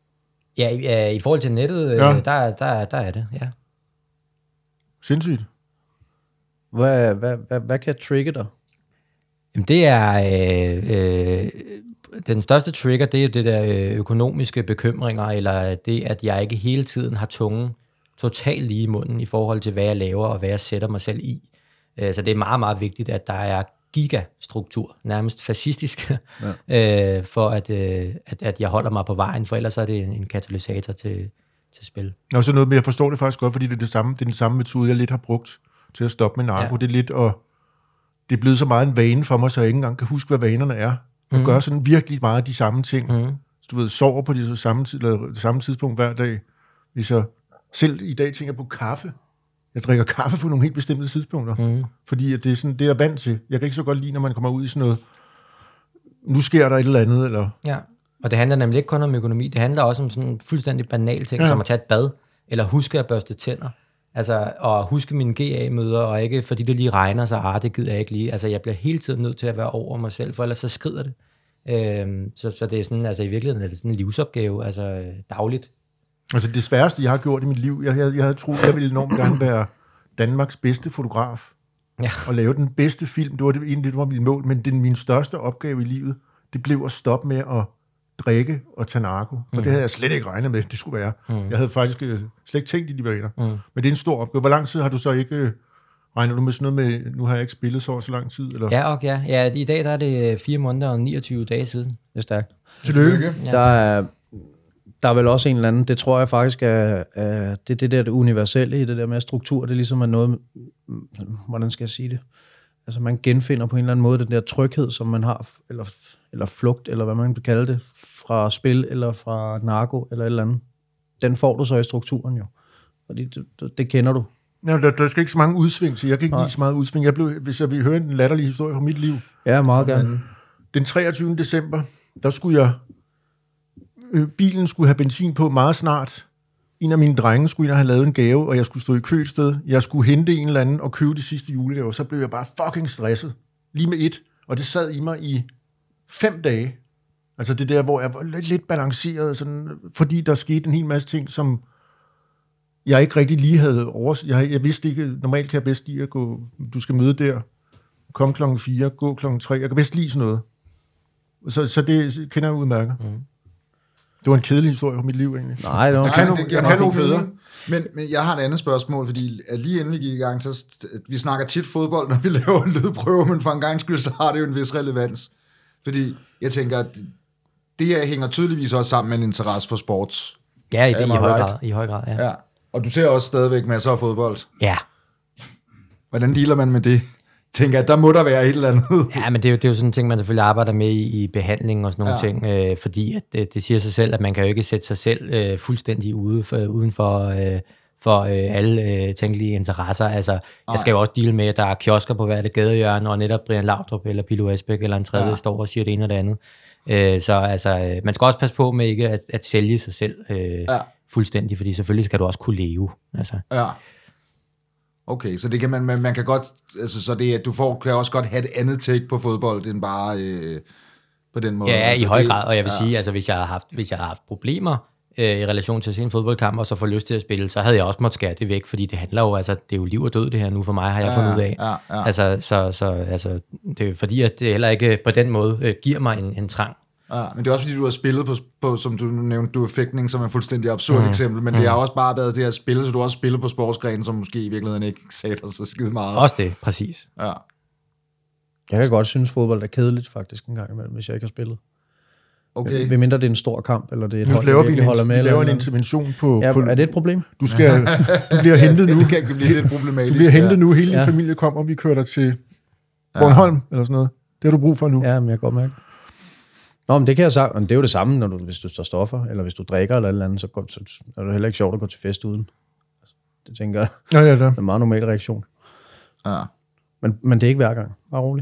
Ja, i, i forhold til nettet, ja. øh, der, der, der er det, ja. Sindssygt. Hvad, hvad, hvad, hvad kan trigge dig? Jamen, det er... Øh, øh, den største trigger, det er jo det der økonomiske bekymringer, eller det, at jeg ikke hele tiden har tungen totalt lige i munden i forhold til, hvad jeg laver, og hvad jeg sætter mig selv i. Så det er meget, meget vigtigt, at der er gigastruktur, nærmest fascistisk, ja. øh, for at, øh, at, at jeg holder mig på vejen, for ellers er det en, en katalysator til, til spil. Og så noget, men jeg forstår det faktisk godt, fordi det er, det samme, det er den samme metode, jeg lidt har brugt til at stoppe med narko. Ja. Det er lidt, og det er blevet så meget en vane for mig, så jeg ikke engang kan huske, hvad vanerne er. Og mm. gøre sådan virkelig meget af de samme ting. Mm. Så du ved, sover på det samme, tid, eller det samme tidspunkt hver dag. Hvis jeg selv i dag tænker på kaffe. Jeg drikker kaffe på nogle helt bestemte tidspunkter. Mm. Fordi at det er sådan, det er jeg vant til. Jeg kan ikke så godt lide, når man kommer ud i sådan noget, nu sker der et eller andet. Eller... Ja, og det handler nemlig ikke kun om økonomi. Det handler også om sådan en fuldstændig banal ting, ja. som at tage et bad, eller huske at børste tænder. Altså, og huske mine G A-møder, og ikke fordi det lige regner, så ah, det gider jeg ikke lige. Altså, jeg bliver hele tiden nødt til at være over mig selv, for ellers så skrider det. Øhm, så, så det er sådan, altså i virkeligheden er det sådan en livsopgave, altså dagligt. Altså det sværeste, jeg har gjort i mit liv, jeg, jeg, jeg havde troet, jeg ville enormt gerne være Danmarks bedste fotograf, ja. og lave den bedste film, det var det, egentlig, det var mit mål, men den, min største opgave i livet, det blev at stoppe med at drikke og tage narko. Mm. Og det havde jeg slet ikke regnet med, det skulle være. Mm. Jeg havde faktisk uh, slet ikke tænkt i de vaner. Mm. Men det er en stor opgave. Hvor lang tid har du så ikke... Uh, regner du med sådan noget med... Nu har jeg ikke spillet så så lang tid, eller? Ja, okay. Ja. ja, i dag der er det fire måneder og niogtyve dage siden. Det er stærkt. Tillykke. Ja, der, er, der er vel også en eller anden... Det tror jeg faktisk er... er det, det der det universelle i det der med struktur. Det ligesom er noget... Hvordan skal jeg sige det? Altså man genfinder på en eller anden måde den der tryghed, som man har... Eller, eller flugt, eller hvad man kan kalde det, fra spil, eller fra narko, eller et eller andet. Den får du så i strukturen jo. Fordi det, det, det kender du. Ja, der, der skal ikke så mange udsving til. Jeg kan ikke lide så meget udsving. Jeg blev, hvis jeg vil høre en latterlig historie fra mit liv. Ja, meget gerne. Den treogtyvende december, der skulle jeg øh, bilen skulle have benzin på meget snart. En af mine drenge skulle ind og have lavet en gave, og jeg skulle stå i kø et sted. Jeg skulle hente en eller anden og købe de sidste julegaver. Så blev jeg bare fucking stresset. Lige med et. Og det sad i mig i fem dage. Altså det der, hvor jeg var lidt, lidt balanceret, sådan, fordi der skete en hel masse ting, som jeg ikke rigtig lige havde over. Jeg, jeg vidste ikke, normalt kan jeg bedst lide at gå, du skal møde der, kom klokken fire, gå klokken tre. Jeg kan bedst lide sådan noget. Så, så det kender jeg udmærket. Mm. Det var en kedelig historie på mit liv, egentlig. Nej, det var Jeg kan kan, nu- det jeg giver kan meget nu fin federe. mening. Men, men jeg har et andet spørgsmål, fordi at lige inden vi gik i gang, så vi snakker tit fodbold, når vi laver en lydprøve, men for en gang skyld, så har det jo en vis relevans. Fordi jeg tænker, at det her hænger tydeligvis også sammen med en interesse for sports. Ja, i, det, Am i, I høj right? grad, i høj grad, ja. Ja. Og du ser også stadigvæk masser af fodbold. Ja, Hvordan dealer man med det? Tænker at der må der være et eller andet. ja, men det er, jo, det er jo sådan en ting, man selvfølgelig arbejder med i, i behandling og sådan nogle Ja. ja. ting, øh, fordi at det, det siger sig selv, at man kan jo ikke sætte sig selv øh, fuldstændig ude for, uden for, øh, for øh, alle øh, tænkelige interesser. Altså, Ej. jeg skal jo også deale med, at der er kiosker på hvert gadehjørne, og netop Brian Laudrup eller Pilo Esbæk eller en tredje Ja. står og siger det ene og det andet. Øh, så altså, øh, man skal også passe på med ikke at, at sælge sig selv øh, Ja. fuldstændig, fordi selvfølgelig skal du også kunne leve. Altså. Ja. Okay, så det kan man, man, man kan godt, altså så det, at du får, kan også godt have et andet take på fodbold, end bare øh, på den måde. Ja, altså, i høj det, grad, og jeg vil ja. sige, altså hvis jeg har haft, hvis jeg har haft problemer øh, i relation til at se en fodboldkamp, og så få lyst til at spille, så havde jeg også måttet skære det væk, fordi det handler jo, altså det er jo liv og død det her nu for mig, har jeg Ja, fundet ud af. ja, ja. Altså, så, så, altså, det er jo fordi, at det heller ikke på den måde øh, giver mig en, en trang. Ja, men det er også fordi, du har spillet på, på som du nævnte, du er fægtning, som er et fuldstændig absurd mm. eksempel, men mm. det har også bare været det her spil, så du har også spillet på sportsgrenen, som måske i virkeligheden ikke sagde dig så skide meget. Også det, præcis. Ja. Jeg kan godt synes, fodbold er kedeligt faktisk en gang imellem, hvis jeg ikke har spillet. Okay. Ved mindre det er en stor kamp, eller det er et Nu hold, laver der vi en, virkelig holder med. vi eller laver en noget. intervention på, Ja, på... er det et problem? Du, skal, du bliver hentet nu. Det kan blive lidt problematisk. Du bliver hentet nu. Hele din Ja. familie kommer, og vi kører dig til Bornholm, eller sådan noget. Det har du brug for nu. Ja, men jeg kan godt mærke. Nå, men det kan jeg sagt, men det er jo det samme, når du, hvis du står stoffer, eller hvis du drikker eller et eller andet, så, går, så er det heller ikke sjovt at gå til fest uden. Det tænker jeg, Ja, ja, ja. det er en meget normal reaktion. Ja. Men, men det er ikke hver gang. Bare rolig.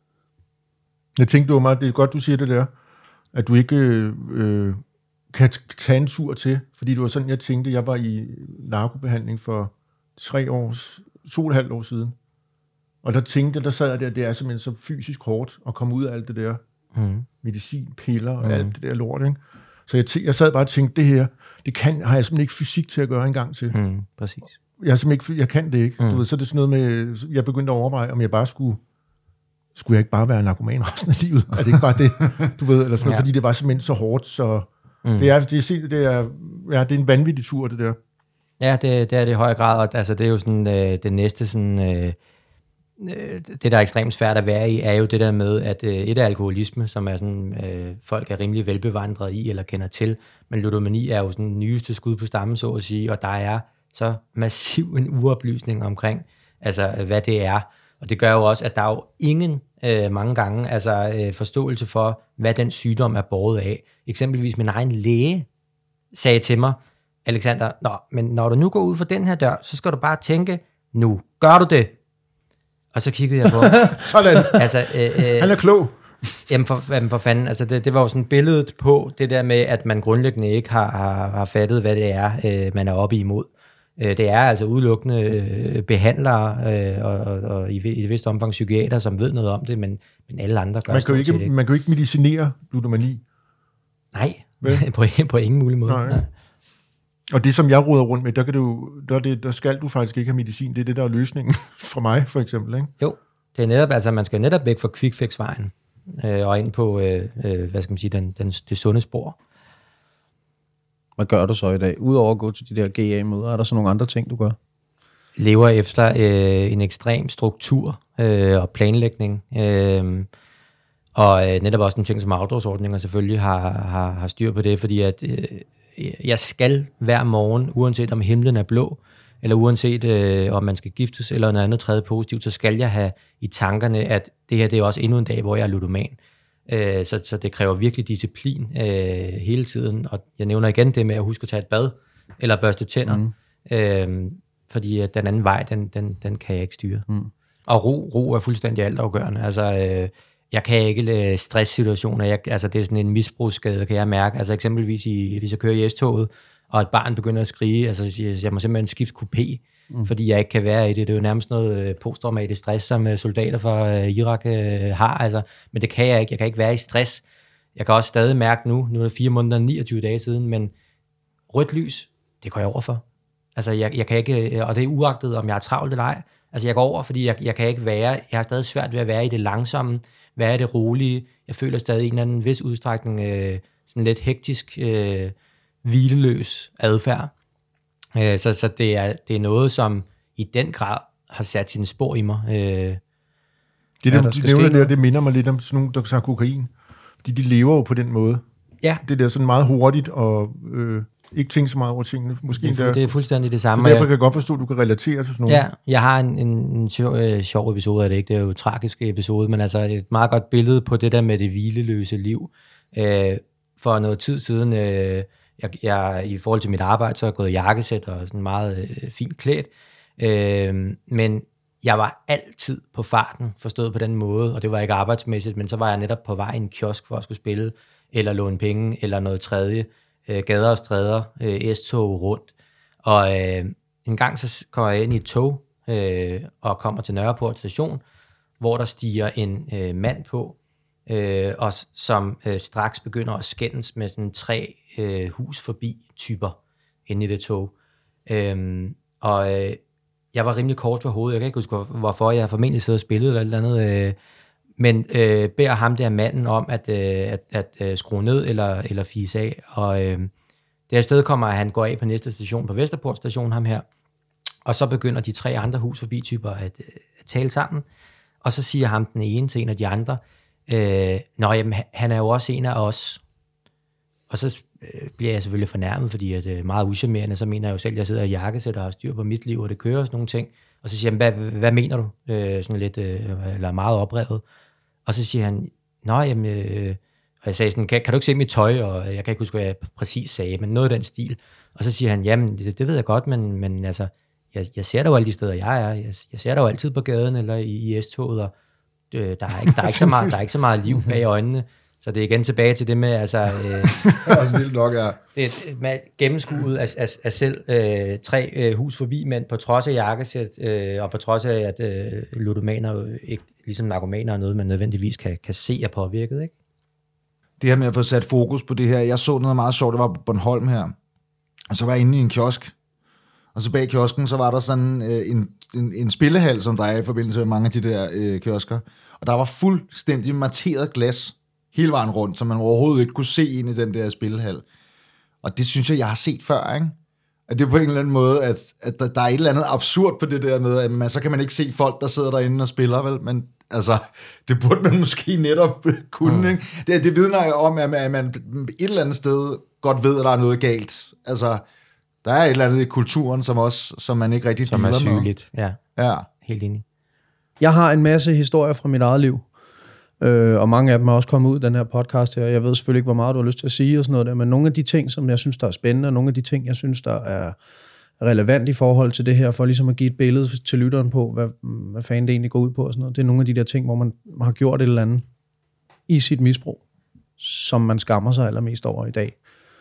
Jeg tænkte, det var meget, det er godt, du siger det der, at du ikke øh, kan t- tage en tur til, fordi det var sådan, jeg tænkte, jeg var i narkobehandling for tre år, to og et halvt år siden. Og der tænkte jeg, der sad jeg der, det er simpelthen så fysisk hårdt at komme ud af alt det der Mm. medicin, piller og Mm. alt det der lort, ikke? Så jeg, t- jeg sad bare og tænkte, det her, det kan, har jeg simpelthen ikke fysik til at gøre en gang til. Mm, præcis. Jeg, er simpelthen ikke, jeg kan det ikke. Mm. Du ved, så er det sådan noget med, jeg begyndte at overveje, om jeg bare skulle, skulle jeg ikke bare være narkoman resten af livet? Er det ikke bare det, du ved, eller sådan noget, Ja. fordi det var simpelthen så hårdt, så Mm. det er, det er, det er, ja, det er en vanvittig tur, det der. Ja, det, det er det i høj grad, og altså, det er jo sådan, øh, det næste sådan, øh, øh, det der er ekstremt svært at være i, er jo det der med, at øh, et er alkoholisme, som er sådan, øh, folk er rimelig velbevandret i, eller kender til, men ludomani er jo sådan den nyeste skud på stammen, så at sige, og der er så massiv en uoplysning omkring, altså hvad det er, og det gør jo også, at der er jo ingen øh, mange gange altså, øh, forståelse for, hvad den sygdom er båret af. Eksempelvis min egen læge sagde til mig, Alexander, nå, men når du nu går ud for den her dør, så skal du bare tænke, nu gør du det. Og så kiggede jeg på, Sådan, altså, øh, øh, han er klog. jamen for, jamen for fanden, altså det, det var jo sådan billedet på det der med, at man grundlæggende ikke har, har, har fattet, hvad det er, øh, man er oppe imod. Øh, det er altså udelukkende øh, behandlere øh, og, og, og i, i et vist omfang psykiater, som ved noget om det, men, men alle andre gør Man kan, jo stort set ikke, man kan jo ikke medicinere ludomani. Nej, Vel? på, på ingen mulig måde. Nej. Nej. Og det, som jeg roder rundt med, der, kan du, der, er det, der skal du faktisk ikke have medicin. Det er det, der er løsningen for mig, for eksempel. Ikke? Jo, det er netop, altså man skal netop væk fra quick fix vejen øh, og ind på, øh, øh, hvad skal man sige, den, den, det sunde spor. Hvad gør du så i dag? Udover at gå til de der G A-møder, er der så nogle andre ting, du gør? Lever efter øh, en ekstrem struktur øh, og planlægning, øh, og øh, netop også en ting som outdoorsordninger selvfølgelig har, har, har styr på det, fordi at øh, jeg skal hver morgen, uanset om himlen er blå, eller uanset øh, om man skal giftes eller noget andet tredje positivt, så skal jeg have i tankerne, at det her det er også endnu en dag, hvor jeg er ludoman. Øh, så, så det kræver virkelig disciplin øh, hele tiden, og jeg nævner igen det med at huske at tage et bad, eller børste tænder, mm. øh, fordi at den anden vej, den, den, den kan jeg ikke styre. Mm. Og ro, ro er fuldstændig altafgørende. Altså, øh, jeg kan ikke stresssituationer. Jeg, altså, det er sådan en misbrugsskade, kan jeg mærke. Altså eksempelvis, i, hvis jeg kører i S-toget, og et barn begynder at skrige, altså jeg må simpelthen skifte kupé, mm. fordi jeg ikke kan være i det. Det er jo nærmest noget posttraumatisk stress, som soldater fra Irak har. Altså, men det kan jeg ikke. Jeg kan ikke være i stress. Jeg kan også stadig mærke nu, nu er det fire måneder og niogtyve dage siden, men rødt lys, det går jeg over for. Altså, jeg, jeg kan ikke, og det er uagtet, om jeg er travlt eller ej. Altså, jeg går over, fordi jeg, jeg kan ikke være, jeg har stadig svært ved at være i det langsomme, være i det rolige. Jeg føler stadig en eller anden vis udstrækning, øh, sådan lidt hektisk, øh, hvileløs adfærd. Øh, så så det, er, det er noget, som i den grad har sat sine spor i mig. Øh, det der, de nævner der, det minder mig lidt om sådan nogle, der tager kokain. Fordi de lever jo på den måde. Ja. Det der sådan meget hurtigt, og øh, ikke tænke så meget over tingene. Måske det, er, det er fuldstændig det samme. Så derfor kan jeg godt forstå, at du kan relatere til sådan noget. Ja, jeg har en, en, en sjov, øh, sjov episode af det, ikke? Det er jo en tragisk episode, men altså et meget godt billede på det der med det hvileløse liv. Øh, for noget tid siden, øh, jeg, jeg i forhold til mit arbejde, så har jeg gået i jakkesæt og sådan meget øh, fint klædt. Øh, men jeg var altid på farten, forstået på den måde, og det var ikke arbejdsmæssigt, men så var jeg netop på vej i en kiosk for at skulle spille, eller låne penge, eller noget tredje, øh, gader og stræder, øh, S-tog rundt. Og øh, en gang så kommer jeg ind i et tog, øh, og kommer til Nørreport station, hvor der stiger en øh, mand på, øh, og som øh, straks begynder at skændes med sådan tre øh, hus forbi typer inde i det tog. Øh, og øh, jeg var rimelig kort for hovedet. Jeg kan ikke huske, hvorfor jeg formentlig sidder og spillet eller et eller andet. Øh, men øh, beder ham der manden om at, øh, at, at øh, skrue ned eller, eller fise af. Og øh, det her sted kommer, at han går af på næste station, på Vesterport station, ham her. Og så begynder de tre andre hus forbi typer at, at tale sammen. Og så siger ham den ene til en af de andre, øh, nå, jamen, han er jo også en af os. Og så øh, bliver jeg selvfølgelig fornærmet, fordi det er øh, meget uschammerende, så mener jeg jo selv, at jeg sidder i jakkesæt og har styr på mit liv, og det kører og sådan nogle ting. Og så siger han, hvad, hvad mener du? Øh, sådan lidt, øh, eller meget oprevet. Og så siger han, nå, jamen, øh, og jeg sagde sådan, kan, kan du ikke se mit tøj? Og jeg kan ikke huske, hvad jeg præcis sagde, men noget af den stil. Og så siger han, jamen, det, det ved jeg godt, men, men altså, jeg, jeg ser dig jo alle de steder, jeg er. Jeg, jeg ser dig jo altid på gaden eller i, i S-toget, og øh, der, er ikke, der, er ikke så meget, der er ikke så meget liv bag øjnene. Så det er igen tilbage til det med, altså... Øh, også vildt nok, ja. Det med gennemskuet af, af, af selv øh, tre øh, hus forbi, men på trods af jakkesæt, øh, og på trods af, at øh, ludomaner ikke, ligesom narkomaner er noget, man nødvendigvis kan, kan se er påvirket, ikke? Det her med at få sat fokus på det her, jeg så noget meget sjovt, det var på Bornholm her, og så var jeg inde i en kiosk, og så bag kiosken, så var der sådan øh, en, en, en spillehal, som der er i forbindelse med mange af de der øh, kiosker, og der var fuldstændig materet glas, hele vejen rundt, så man overhovedet ikke kunne se ind i den der spillehal. Og det synes jeg, jeg har set før, ikke? At det er på en eller anden måde, at, at der, der er et eller andet absurd på det der med, at man, så kan man ikke se folk, der sidder derinde og spiller, vel? Men altså, det burde man måske netop kunne, mm. ikke? Det, det vidner jo om, at man et eller andet sted godt ved, at der er noget galt. Altså, der er et eller andet i kulturen, som også, som man ikke rigtig dealer med. Som er sygeligt, ja. Ja. Helt enig. Jeg har en masse historier fra mit eget liv. Øh, og mange af dem er også kommet ud i den her podcast her. Jeg ved selvfølgelig ikke, hvor meget du har lyst til at sige og sådan noget der, men nogle af de ting, som jeg synes, der er spændende, og nogle af de ting, jeg synes, der er relevant i forhold til det her, for ligesom at give et billede til lytteren på, hvad, hvad fanden det egentlig går ud på og sådan noget. Det er nogle af de der ting, hvor man har gjort et eller andet i sit misbrug, som man skammer sig allermest over i dag.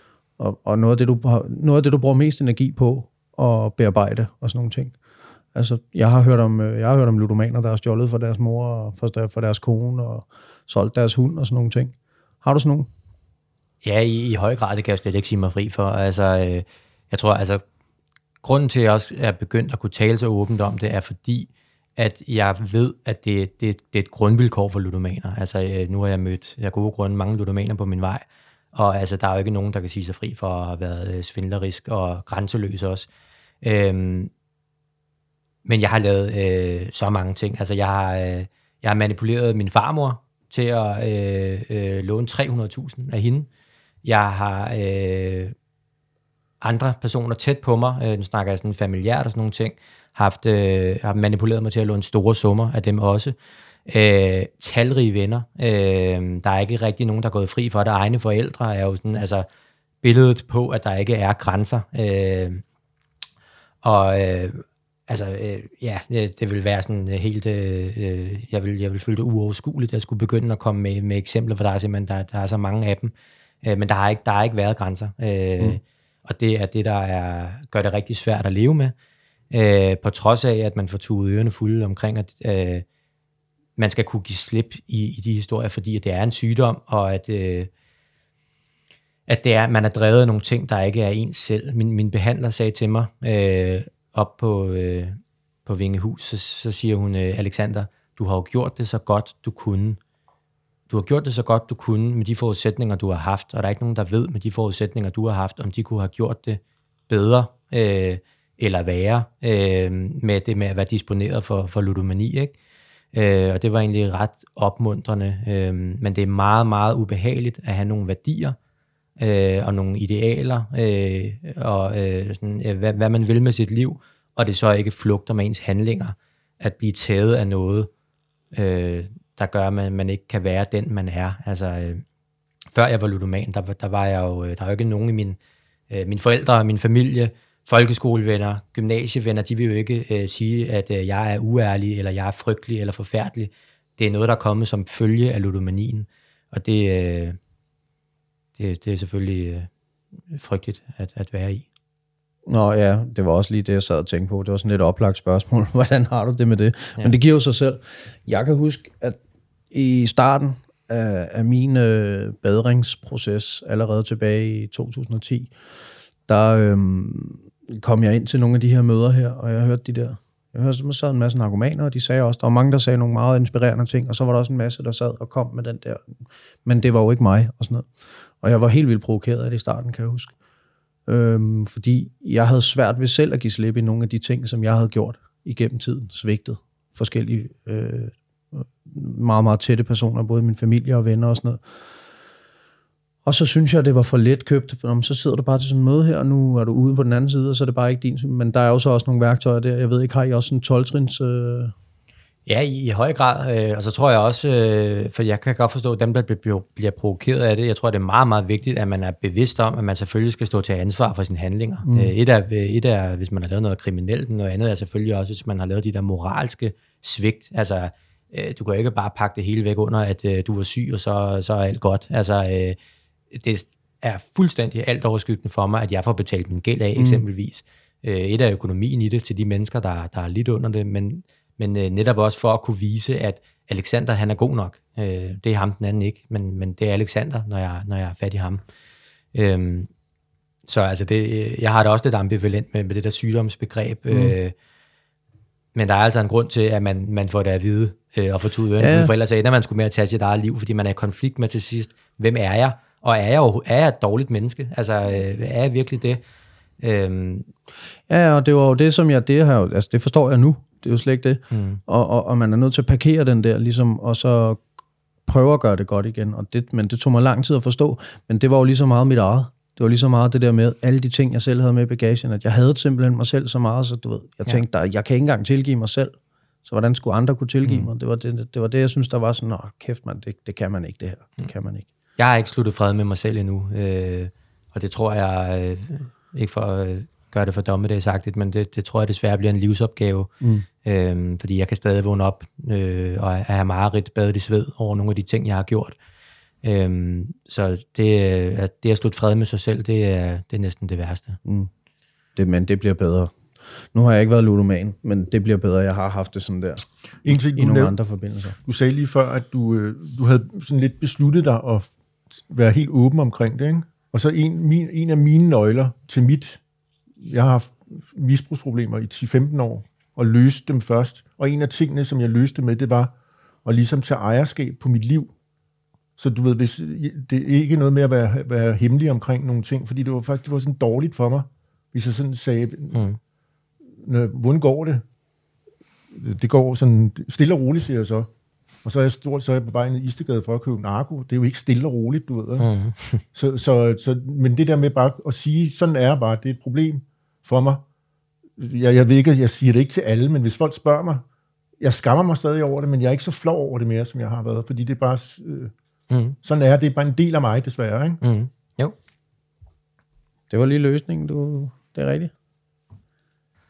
Og, og noget, af det, du, noget af det, du bruger mest energi på at bearbejde og sådan nogle ting. Altså, jeg har hørt om, jeg har hørt om ludomaner, der har stjålet for deres mor og for, der, for deres kone og solgt deres hund og sådan nogle ting. Har du sådan nogle? Ja, i, i høj grad, det kan jeg slet ikke sige mig fri for. Altså, øh, jeg tror, altså, grunden til, at jeg også er begyndt at kunne tale så åbent om det, er fordi, at jeg ved, at det, det, det er et grundvilkår for ludomaner. Altså, øh, nu har jeg mødt, jeg gode grunde, mange ludomaner på min vej, og altså, der er jo ikke nogen, der kan sige sig fri for at have været øh, svindlerisk og grænseløs også. Øhm, Men jeg har lavet øh, så mange ting. Altså, jeg har, øh, jeg har manipuleret min farmor til at øh, øh, låne tre hundrede tusind af hende. Jeg har øh, andre personer tæt på mig, øh, nu snakker jeg sådan familiært og sådan nogle ting, haft, øh, har manipuleret mig til at låne store summer af dem også. Øh, talrige venner. Øh, der er ikke rigtig nogen, der er gået fri for det. Egne forældre er jo sådan, altså, billedet på, at der ikke er grænser. Øh, og... Øh, altså, øh, ja, det vil være sådan helt, øh, jeg, vil, jeg vil føle det uoverskueligt, at jeg skulle begynde at komme med, med eksempler, for der er simpelthen, der, der er så mange af dem, øh, men der har ikke, der har ikke været grænser, øh, mm. og det er det, der er, gør det rigtig svært at leve med, øh, på trods af, at man får tuet ørerne fulde omkring, at øh, man skal kunne give slip i, i de historier, fordi at det er en sygdom, og at, øh, at det er, man er drevet af nogle ting, der ikke er ens selv. Min, min behandler sagde til mig, øh, op på, øh, på Vingehus, så, så siger hun, øh, Alexander, du har jo gjort det så godt, du kunne. Du har gjort det så godt, du kunne med de forudsætninger, du har haft, og der er ikke nogen, der ved med de forudsætninger, du har haft, om de kunne have gjort det bedre øh, eller værre øh, med det med at være disponeret for, for ludomani, ikke? Øh, og det var egentlig ret opmuntrende, øh, men det er meget, meget ubehageligt at have nogle værdier øh, og nogle idealer øh, og øh, sådan, øh, hvad, hvad man vil med sit liv, og det så ikke flugter med ens handlinger, at blive taget af noget, øh, der gør, at man, man ikke kan være den, man er. Altså, øh, før jeg var ludoman, der, der var jeg jo, der var jo ikke nogen i min, øh, mine forældre og min familie, folkeskolevenner, gymnasievenner, de vil jo ikke øh, sige, at øh, jeg er uærlig, eller jeg er frygtelig, eller forfærdelig. Det er noget, der er kommet som følge af ludomanien, og det, øh, det, det er selvfølgelig øh, frygteligt at, at være i. Nå ja, det var også lige det, jeg sad og tænkte på. Det var sådan et oplagt spørgsmål. Hvordan har du det med det? Ja. Men det giver jo sig selv. Jeg kan huske, at i starten af, af min øh, bedringsproces, allerede tilbage i to tusind og ti, der øhm, kom jeg ind til nogle af de her møder her, og jeg hørte de der, jeg hørte, der sad en masse narkomaner, og de sagde også, der var mange, der sagde nogle meget inspirerende ting, og så var der også en masse, der sad og kom med den der, men det var jo ikke mig, og sådan noget. Og jeg var helt vildt provokeret af det i starten, kan jeg huske. Øhm, fordi jeg havde svært ved selv at give slip i nogle af de ting, som jeg havde gjort igennem tiden, svigtet forskellige, øh, meget, meget tætte personer, både min familie og venner og sådan noget. Og så synes jeg, det var for let købt. Så sidder du bare til sådan en møde her, og nu er du ude på den anden side, og så er det bare ikke din. Men der er jo så også nogle værktøjer der. Jeg ved ikke, har I også sådan en tolv-trins... Øh... Ja, i, i høj grad. Øh, og så tror jeg også, øh, for jeg kan godt forstå, at dem, der bliver, bliver provokeret af det, jeg tror, det er meget, meget vigtigt, at man er bevidst om, at man selvfølgelig skal stå til ansvar for sine handlinger. Mm. Øh, et, er, et er, hvis man har lavet noget kriminelt, noget andet er selvfølgelig også, hvis man har lavet de der moralske svigt. Altså, øh, du kan ikke bare pakke det hele væk under, at øh, du var syg, og så, så er alt godt. Altså... Øh, det er fuldstændig alt overskyggende for mig, at jeg får betalt min gæld af, eksempelvis. Mm. Et af økonomien i det til de mennesker, der, der er lidt under det, men, men netop også for at kunne vise, at Alexander, han er god nok. Det er ham, den anden ikke, men, men det er Alexander, når jeg, når jeg er fat i ham. Så altså det, jeg har det også lidt ambivalent med, med det der sygdomsbegreb, mm. men der er altså en grund til, at man, man får det at vide, og får tudet ørerne, ja. For ellers ender man skulle med at tage sit eget liv, fordi man er i konflikt med til sidst, hvem er jeg? Og er jeg jo er jeg et dårligt menneske? Altså, er jeg virkelig det? Øhm. Ja, og det var jo det, som jeg, det her, altså det forstår jeg nu. Det er jo slet ikke det. Mm. Og, og, og man er nødt til at parkere den der, ligesom, og så prøve at gøre det godt igen. Og det, men det tog mig lang tid at forstå. Men det var jo lige så meget mit eget. Det var lige så meget det der med, alle de ting, jeg selv havde med i bagagen, at jeg havde simpelthen mig selv så meget, så du ved, jeg ja. tænkte, der, jeg kan ikke engang tilgive mig selv. Så hvordan skulle andre kunne tilgive mm. mig? Det var det, det var det, jeg synes, der var sådan, nå, kæft mand, det, det kan man ikke, det her. Det mm. kan man ikke. Jeg har ikke sluttet fred med mig selv endnu, øh, og det tror jeg, øh, ikke for at øh, gøre det for dommedagsagtigt, men det, det tror jeg desværre bliver en livsopgave, mm. øh, fordi jeg kan stadig vågne op øh, og have mareridt, badet i sved over nogle af de ting, jeg har gjort. Øh, så det, at det at slutte fred med sig selv, det er, det er næsten det værste. Mm. Det, men det bliver bedre. Nu har jeg ikke været ludoman, men det bliver bedre. Jeg har haft det sådan der en ting, i nogle nævnt, andre forbindelser. Du sagde lige før, at du, du havde sådan lidt besluttet dig at være helt åben omkring det, ikke? Og så en, min, en af mine nøgler til mit, jeg har haft misbrugsproblemer i ti til femten år, og løste dem først. Og en af tingene, som jeg løste med, det var at ligesom tage ejerskab på mit liv. Så du ved, hvis, det er ikke noget med at være, være hemmelig omkring nogle ting, fordi det var faktisk det var sådan dårligt for mig, hvis jeg sådan sagde, mm. hvordan går det? Det går sådan stille og roligt, siger jeg så. Og så er jeg stort, så er jeg på vej ned i Istegade for at købe narko. Det er jo ikke stille og roligt, du ved. Mm. så, så, så, men det der med bare at sige, sådan er bare, det er et problem for mig. Jeg, jeg ved ikke, jeg siger det ikke til alle, men hvis folk spørger mig, jeg skammer mig stadig over det, men jeg er ikke så flov over det mere, som jeg har været, fordi det er bare, øh, mm. sådan er det, er bare en del af mig, desværre, ikke? Mm. Jo. Det var lige løsningen, du, det er rigtigt.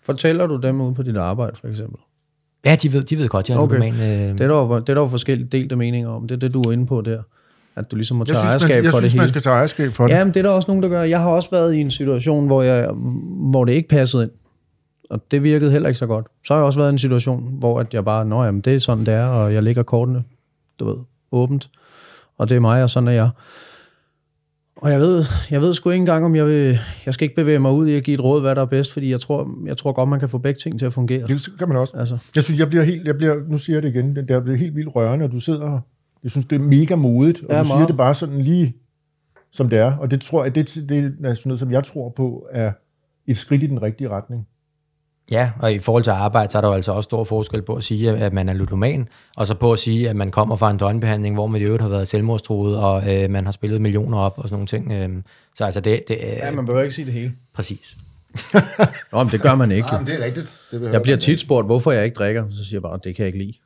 Fortæller du dem ude på dit arbejde, for eksempel? Ja, de ved, de ved godt, jeg er okay. ludoman. Øh... Det er der jo, det er der jo forskellige delte meninger om. Det er det, du er inde på der. At du ligesom må tage jeg synes, ejerskab man, for jeg det synes, hele. man skal tage ejerskab for det. Jamen, det er der også nogen, der gør. Jeg har også været i en situation, hvor, jeg, hvor det ikke passede ind. Og det virkede heller ikke så godt. Så har jeg også været i en situation, hvor at jeg bare, nå jamen, det er sådan, det er, og jeg lægger kortene, du ved, åbent. Og det er mig, og sådan er jeg. Og jeg ved, jeg ved sgu ikke engang, om jeg vil... Jeg skal ikke bevæge mig ud i at give et råd, hvad der er bedst, fordi jeg tror, jeg tror godt, man kan få begge ting til at fungere. Det kan man også. Altså. Jeg synes, jeg bliver helt... Jeg bliver, nu siger jeg det igen. Det er blevet helt vildt rørende, og du sidder her. Jeg synes, det er mega modigt, og ja, du siger det bare sådan lige, som det er. Og det tror jeg, det, det er sådan noget, som jeg tror på, er et skridt i den rigtige retning. Ja, og i forhold til arbejde, så er der jo altså også stor forskel på at sige, at man er ludoman, og så på at sige, at man kommer fra en døgnbehandling, hvor man i øvrigt har været selvmordstruet, og øh, man har spillet millioner op og sådan nogle ting. Øh, så altså det... det øh, ja, man behøver ikke sige det hele. Præcis. Nå, men det gør man ikke. Nej, men det er rigtigt. Det jeg bliver tit spurgt, hvorfor jeg ikke drikker. Så siger jeg bare, det kan jeg ikke lide.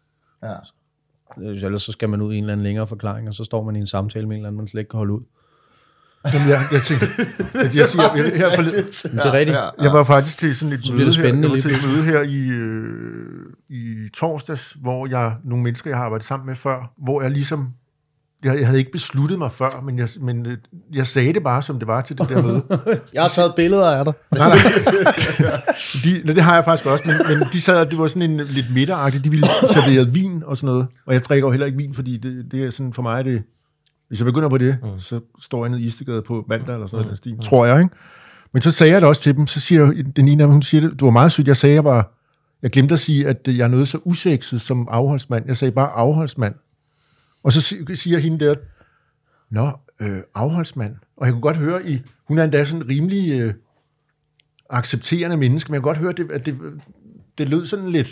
Ja. Ellers så skal man ud i en eller anden længere forklaring, og så står man i en samtale med en eller anden, man slet ikke kan holde ud. Jamen, jeg, jeg tænker, jeg, jeg siger, jeg, her forleden, det er rigtigt. Jeg var faktisk til sådan et så møde, det spændende, her, jeg var til et møde her i, øh, i torsdags, hvor jeg, nogle mennesker, jeg har arbejdet sammen med før, hvor jeg ligesom, jeg, jeg havde ikke besluttet mig før, men jeg, men øh, jeg sagde det bare, som det var til det der møde. Jeg har taget billeder af dig. Nej, nej. De, det har jeg faktisk også, men, men de sad, det var sådan en lidt midteragtigt, de ville servere vin og sådan noget, og jeg drikker jo heller ikke vin, fordi det, det er sådan, for mig det. Hvis jeg begynder på det, mm. så står jeg nede i Istegade på mandag eller sådan noget, mm. tror jeg, ikke? Men så sagde jeg det også til dem, så siger den ene af dem, hun siger det, du var meget sødt, jeg sagde, jeg var, jeg glemte at sige, at jeg er noget så usekset som afholdsmand. Jeg sagde bare afholdsmand. Og så siger hende der, nå, øh, afholdsmand. Og jeg kunne godt høre, i, hun er endda sådan rimelig øh, accepterende menneske, men jeg kunne godt høre, at det, at det, det lød sådan lidt,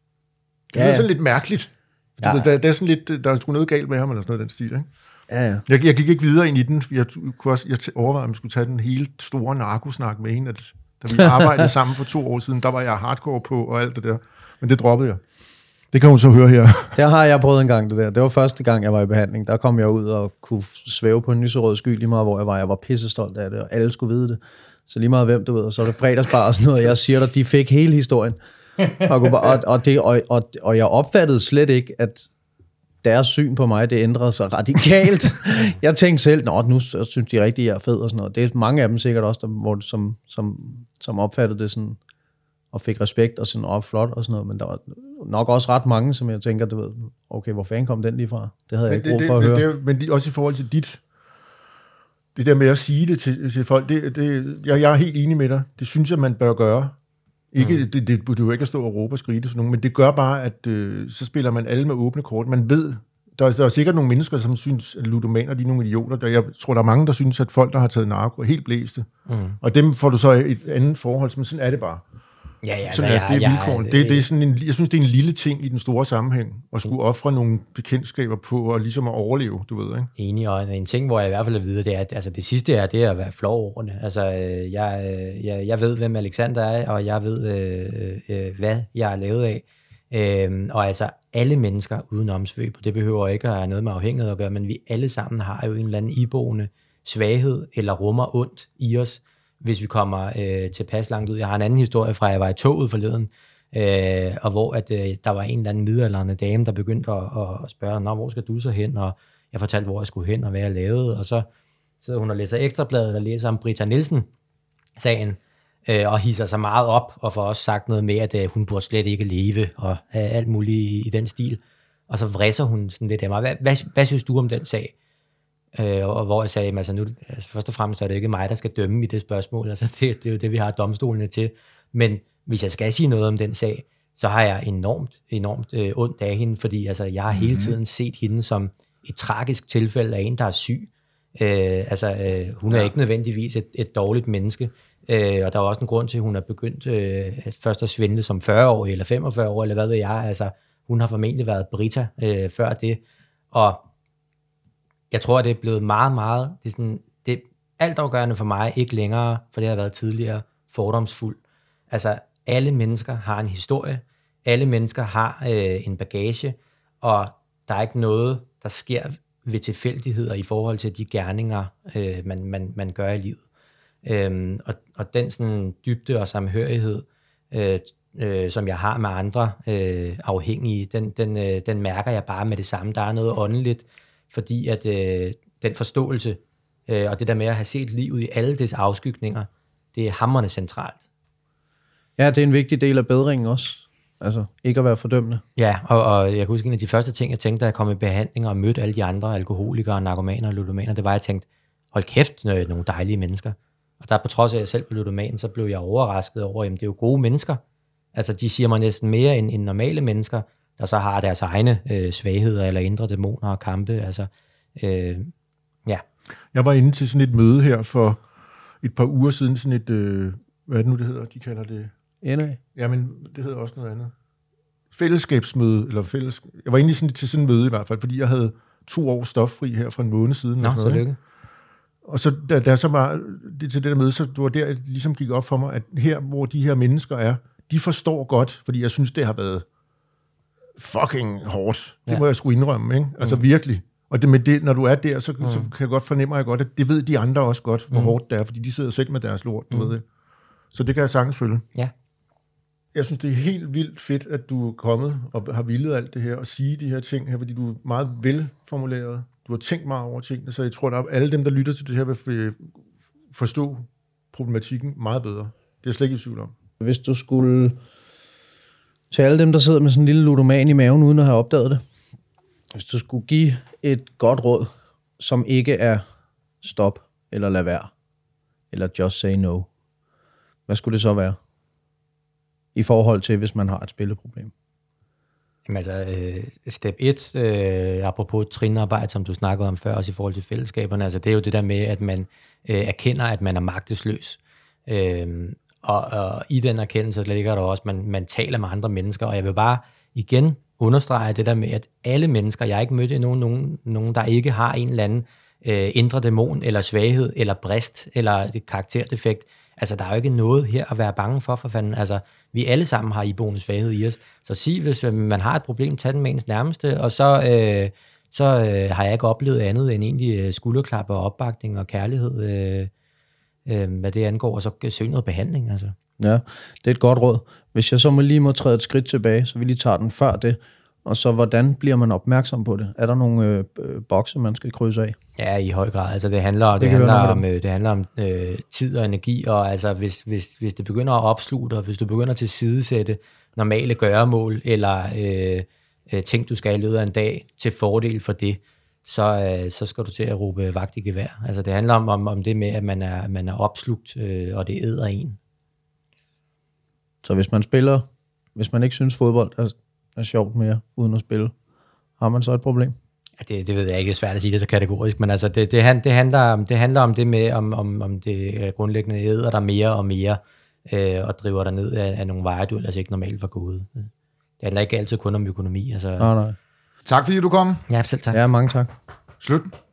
det ja, lød sådan lidt mærkeligt. Ja. Ved, der, der er sådan lidt, der er sgu noget galt med ham, eller sådan noget den stil, ikke? Ja, ja. Jeg, jeg gik ikke videre ind i den. Jeg kunne også jeg overvejede, om jeg skulle tage den hele store narkosnak med hende, at da vi arbejdede sammen for to år siden, der var jeg hardcore på og alt det der. Men det droppede jeg. Det kan hun så høre her. Der har jeg prøvet en gang det der. Det var første gang, jeg var i behandling. Der kom jeg ud og kunne svæve på en lyserød sky lige meget, hvor jeg var. Jeg var pissestolt af det, og alle skulle vide det. Så lige meget hvem, du ved. Og så var det fredagsbar og sådan noget. Jeg siger dig, de fik hele historien. Og, og, og, det, og, og, og jeg opfattede slet ikke, at deres syn på mig, det ændrede sig radikalt. Jeg tænkte selv, nå, nu synes de rigtig, jeg er fed og sådan noget. Det er mange af dem sikkert også, der, hvor, som, som, som opfattede det sådan, og fik respekt og sådan, op flot og sådan noget, men der var nok også ret mange, som jeg tænker, du ved, okay, hvor fanden kom den lige fra? Det havde jeg ikke brug for det, at det, høre. Det, men det, også i forhold til dit, det der med at sige det til, til folk, det, det, jeg, jeg er helt enig med dig. Det synes jeg, man bør gøre. Ikke, mm. det, det burde jo ikke at stå og råbe og skrige til sådan nogen, men det gør bare, at øh, så spiller man alle med åbne kort. Man ved, der er, der er sikkert nogle mennesker, som synes, at ludomaner, de er nogle idioter. Der, jeg tror, der er mange, der synes, at folk, der har taget narko, er helt blæste. Mm. Og dem får du så et andet forhold, men sådan er det bare. Ja, ja, sådan altså, er, det er vilkårene. Ja, det, det er sådan en, jeg synes, det er en lille ting i den store sammenhæng, at skulle ofre nogle bekendtskaber på, og ligesom at overleve, du ved, ikke? Enig, og en ting, hvor jeg i hvert fald er videre, det er, at altså, det sidste er, det er at være flov over det. Altså, jeg, jeg, jeg ved, hvem Alexander er, og jeg ved, øh, øh, hvad jeg er lavet af. Øh, og altså, alle mennesker uden omsvøb, og det behøver ikke at have noget med afhængighed at gøre, men vi alle sammen har jo en eller anden iboende svaghed, eller rummer ondt i os, hvis vi kommer øh, tilpas langt ud. Jeg har en anden historie fra, at jeg var i toget forleden, øh, og hvor at, øh, der var en eller anden midaldrende dame, der begyndte at, at spørge, nå, hvor skal du så hen? Og jeg fortalte, hvor jeg skulle hen og hvad jeg lavede, og så sidder hun og læser Ekstrabladet, og læser om Britta Nielsen-sagen, øh, og hisser sig meget op, og får også sagt noget med, at øh, hun burde slet ikke leve, og øh, alt muligt i, i den stil. Og så vrisser hun sådan lidt af mig. Hvad, hvad, hvad synes du om den sag? Øh, og hvor jeg sagde, altså nu, altså først og fremmest er det ikke mig, der skal dømme i det spørgsmål, altså det, det er jo det, vi har domstolene til, men hvis jeg skal sige noget om den sag, så har jeg enormt, enormt øh, ondt af hende, fordi altså, jeg har hele mm-hmm. tiden set hende som et tragisk tilfælde af en, der er syg. Øh, altså, øh, hun er ja. ikke nødvendigvis et, et dårligt menneske, øh, og der er også en grund til, at hun er begyndt øh, først at svindle som fyrre-årig, eller femogfyrre år, eller hvad ved jeg, altså hun har formentlig været Britta øh, før det, og jeg tror, at det er blevet meget, meget, det er, sådan, det er altafgørende for mig, ikke længere, for det har været tidligere, fordomsfuld. Altså, alle mennesker har en historie, alle mennesker har øh, en bagage, og der er ikke noget, der sker ved tilfældigheder i forhold til de gerninger, øh, man, man, man gør i livet. Øhm, og, og den sådan dybde og samhørighed, øh, øh, som jeg har med andre øh, afhængige, den, den, øh, den mærker jeg bare med det samme. Der er noget åndeligt, fordi at øh, den forståelse, øh, og det der med at have set livet i alle dets afskygninger, det er hamrende centralt. Ja, det er en vigtig del af bedringen også. Altså, ikke at være fordømmende. Ja, og, og jeg kan huske, en af de første ting, jeg tænkte, da jeg kom i behandling og mødte alle de andre alkoholikere, narkomaner og ludomaner, det var, at jeg tænkte, hold kæft, nogle dejlige mennesker. Og der på trods af, at jeg selv blev ludoman, så blev jeg overrasket over, at det er jo gode mennesker. Altså, de siger mig næsten mere end, end normale mennesker, der så har deres egne øh, svagheder eller indre dæmoner og kampe. Altså, øh, ja. Jeg var inde til sådan et møde her for et par uger siden, sådan et, øh, hvad er det nu, det hedder? De kalder det... N A? Ja, men det hedder også noget andet. Fællesskabsmøde, eller fælles... Jeg var egentlig sådan til sådan et møde i hvert fald, fordi jeg havde to år stoffri her for en måned siden. Nå, så lykke. Og så da, da så var det til det der møde, så det var der, det ligesom gik op for mig, at her, hvor de her mennesker er, de forstår godt, fordi jeg synes, det har været fucking hårdt. Det ja. må jeg sgu indrømme, ikke? Altså mm. virkelig. Og det med det, når du er der, så, mm. så kan jeg godt fornemme jeg godt, at det ved de andre også godt, hvor mm. hårdt det er, fordi de sidder selv med deres lort, du mm. ved det. Så det kan jeg sagtens følge. Ja. Jeg synes, det er helt vildt fedt, at du er kommet og har villet alt det her, og sige de her ting her, fordi du er meget velformuleret. Du har tænkt meget over tingene, så jeg tror, at alle dem, der lytter til det her, vil forstå problematikken meget bedre. Det er jeg slet ikke i tvivl om. Hvis du skulle til alle dem, der sidder med sådan en lille ludoman i maven, uden at have opdaget det, hvis du skulle give et godt råd, som ikke er stop, eller lad være, eller just say no, hvad skulle det så være? I forhold til, hvis man har et spilleproblem. Jamen altså, øh, step et, øh, apropos trinarbejde, som du snakkede om før, også i forhold til fællesskaberne, altså det er jo det der med, at man øh, erkender, at man er magtesløs. Øh, og, og i den erkendelse ligger der også, at man, man taler med andre mennesker, og jeg vil bare igen understrege det der med, at alle mennesker, jeg har ikke mødt nogen, nogen, nogen der ikke har en eller anden øh, indre dæmon, eller svaghed, eller brist, eller et karakterdefekt. Altså, der er jo ikke noget her at være bange for, for fanden. Altså, vi alle sammen har iboende svaghed i os. Så sig, hvis øh, man har et problem, tag den med ens nærmeste, og så, øh, så øh, har jeg ikke oplevet andet end egentlig øh, skulderklap og opbakning og kærlighed, øh, øh, hvad det angår, og så søg noget behandling, altså. Ja, det er et godt råd. Hvis jeg så må lige må træde et skridt tilbage, så vi lige tager den før det, og så hvordan bliver man opmærksom på det? Er der nogle øh, bokse, man skal krydse af? Ja, i høj grad. Altså det handler, det det handler om, øh, det handler om øh, tid og energi, og altså hvis, hvis, hvis det begynder at opslutte, og hvis du begynder at tilsidesætte normale gøremål, eller øh, øh, ting, du skal i løbet af en dag, til fordel for det, så, øh, så skal du til at råbe vagt i gevær. Altså det handler om, om, om det med, at man er, man er opslugt, øh, og det æder en. Så hvis man spiller, hvis man ikke synes fodbold er, er sjovt mere uden at spille, har man så et problem? Ja, det, det ved jeg ikke, det er svært at sige det så kategorisk, men altså det, det, det, handler, om, det handler om det med, om, om, om det grundlæggende æder der mere og mere, øh, og driver dig ned af, af nogle veje, du ellers ikke normalt var gået. Det handler ikke altid kun om økonomi. Altså. Nej, nej. Tak fordi du kom. Ja, selv tak. Ja, mange tak. Slut.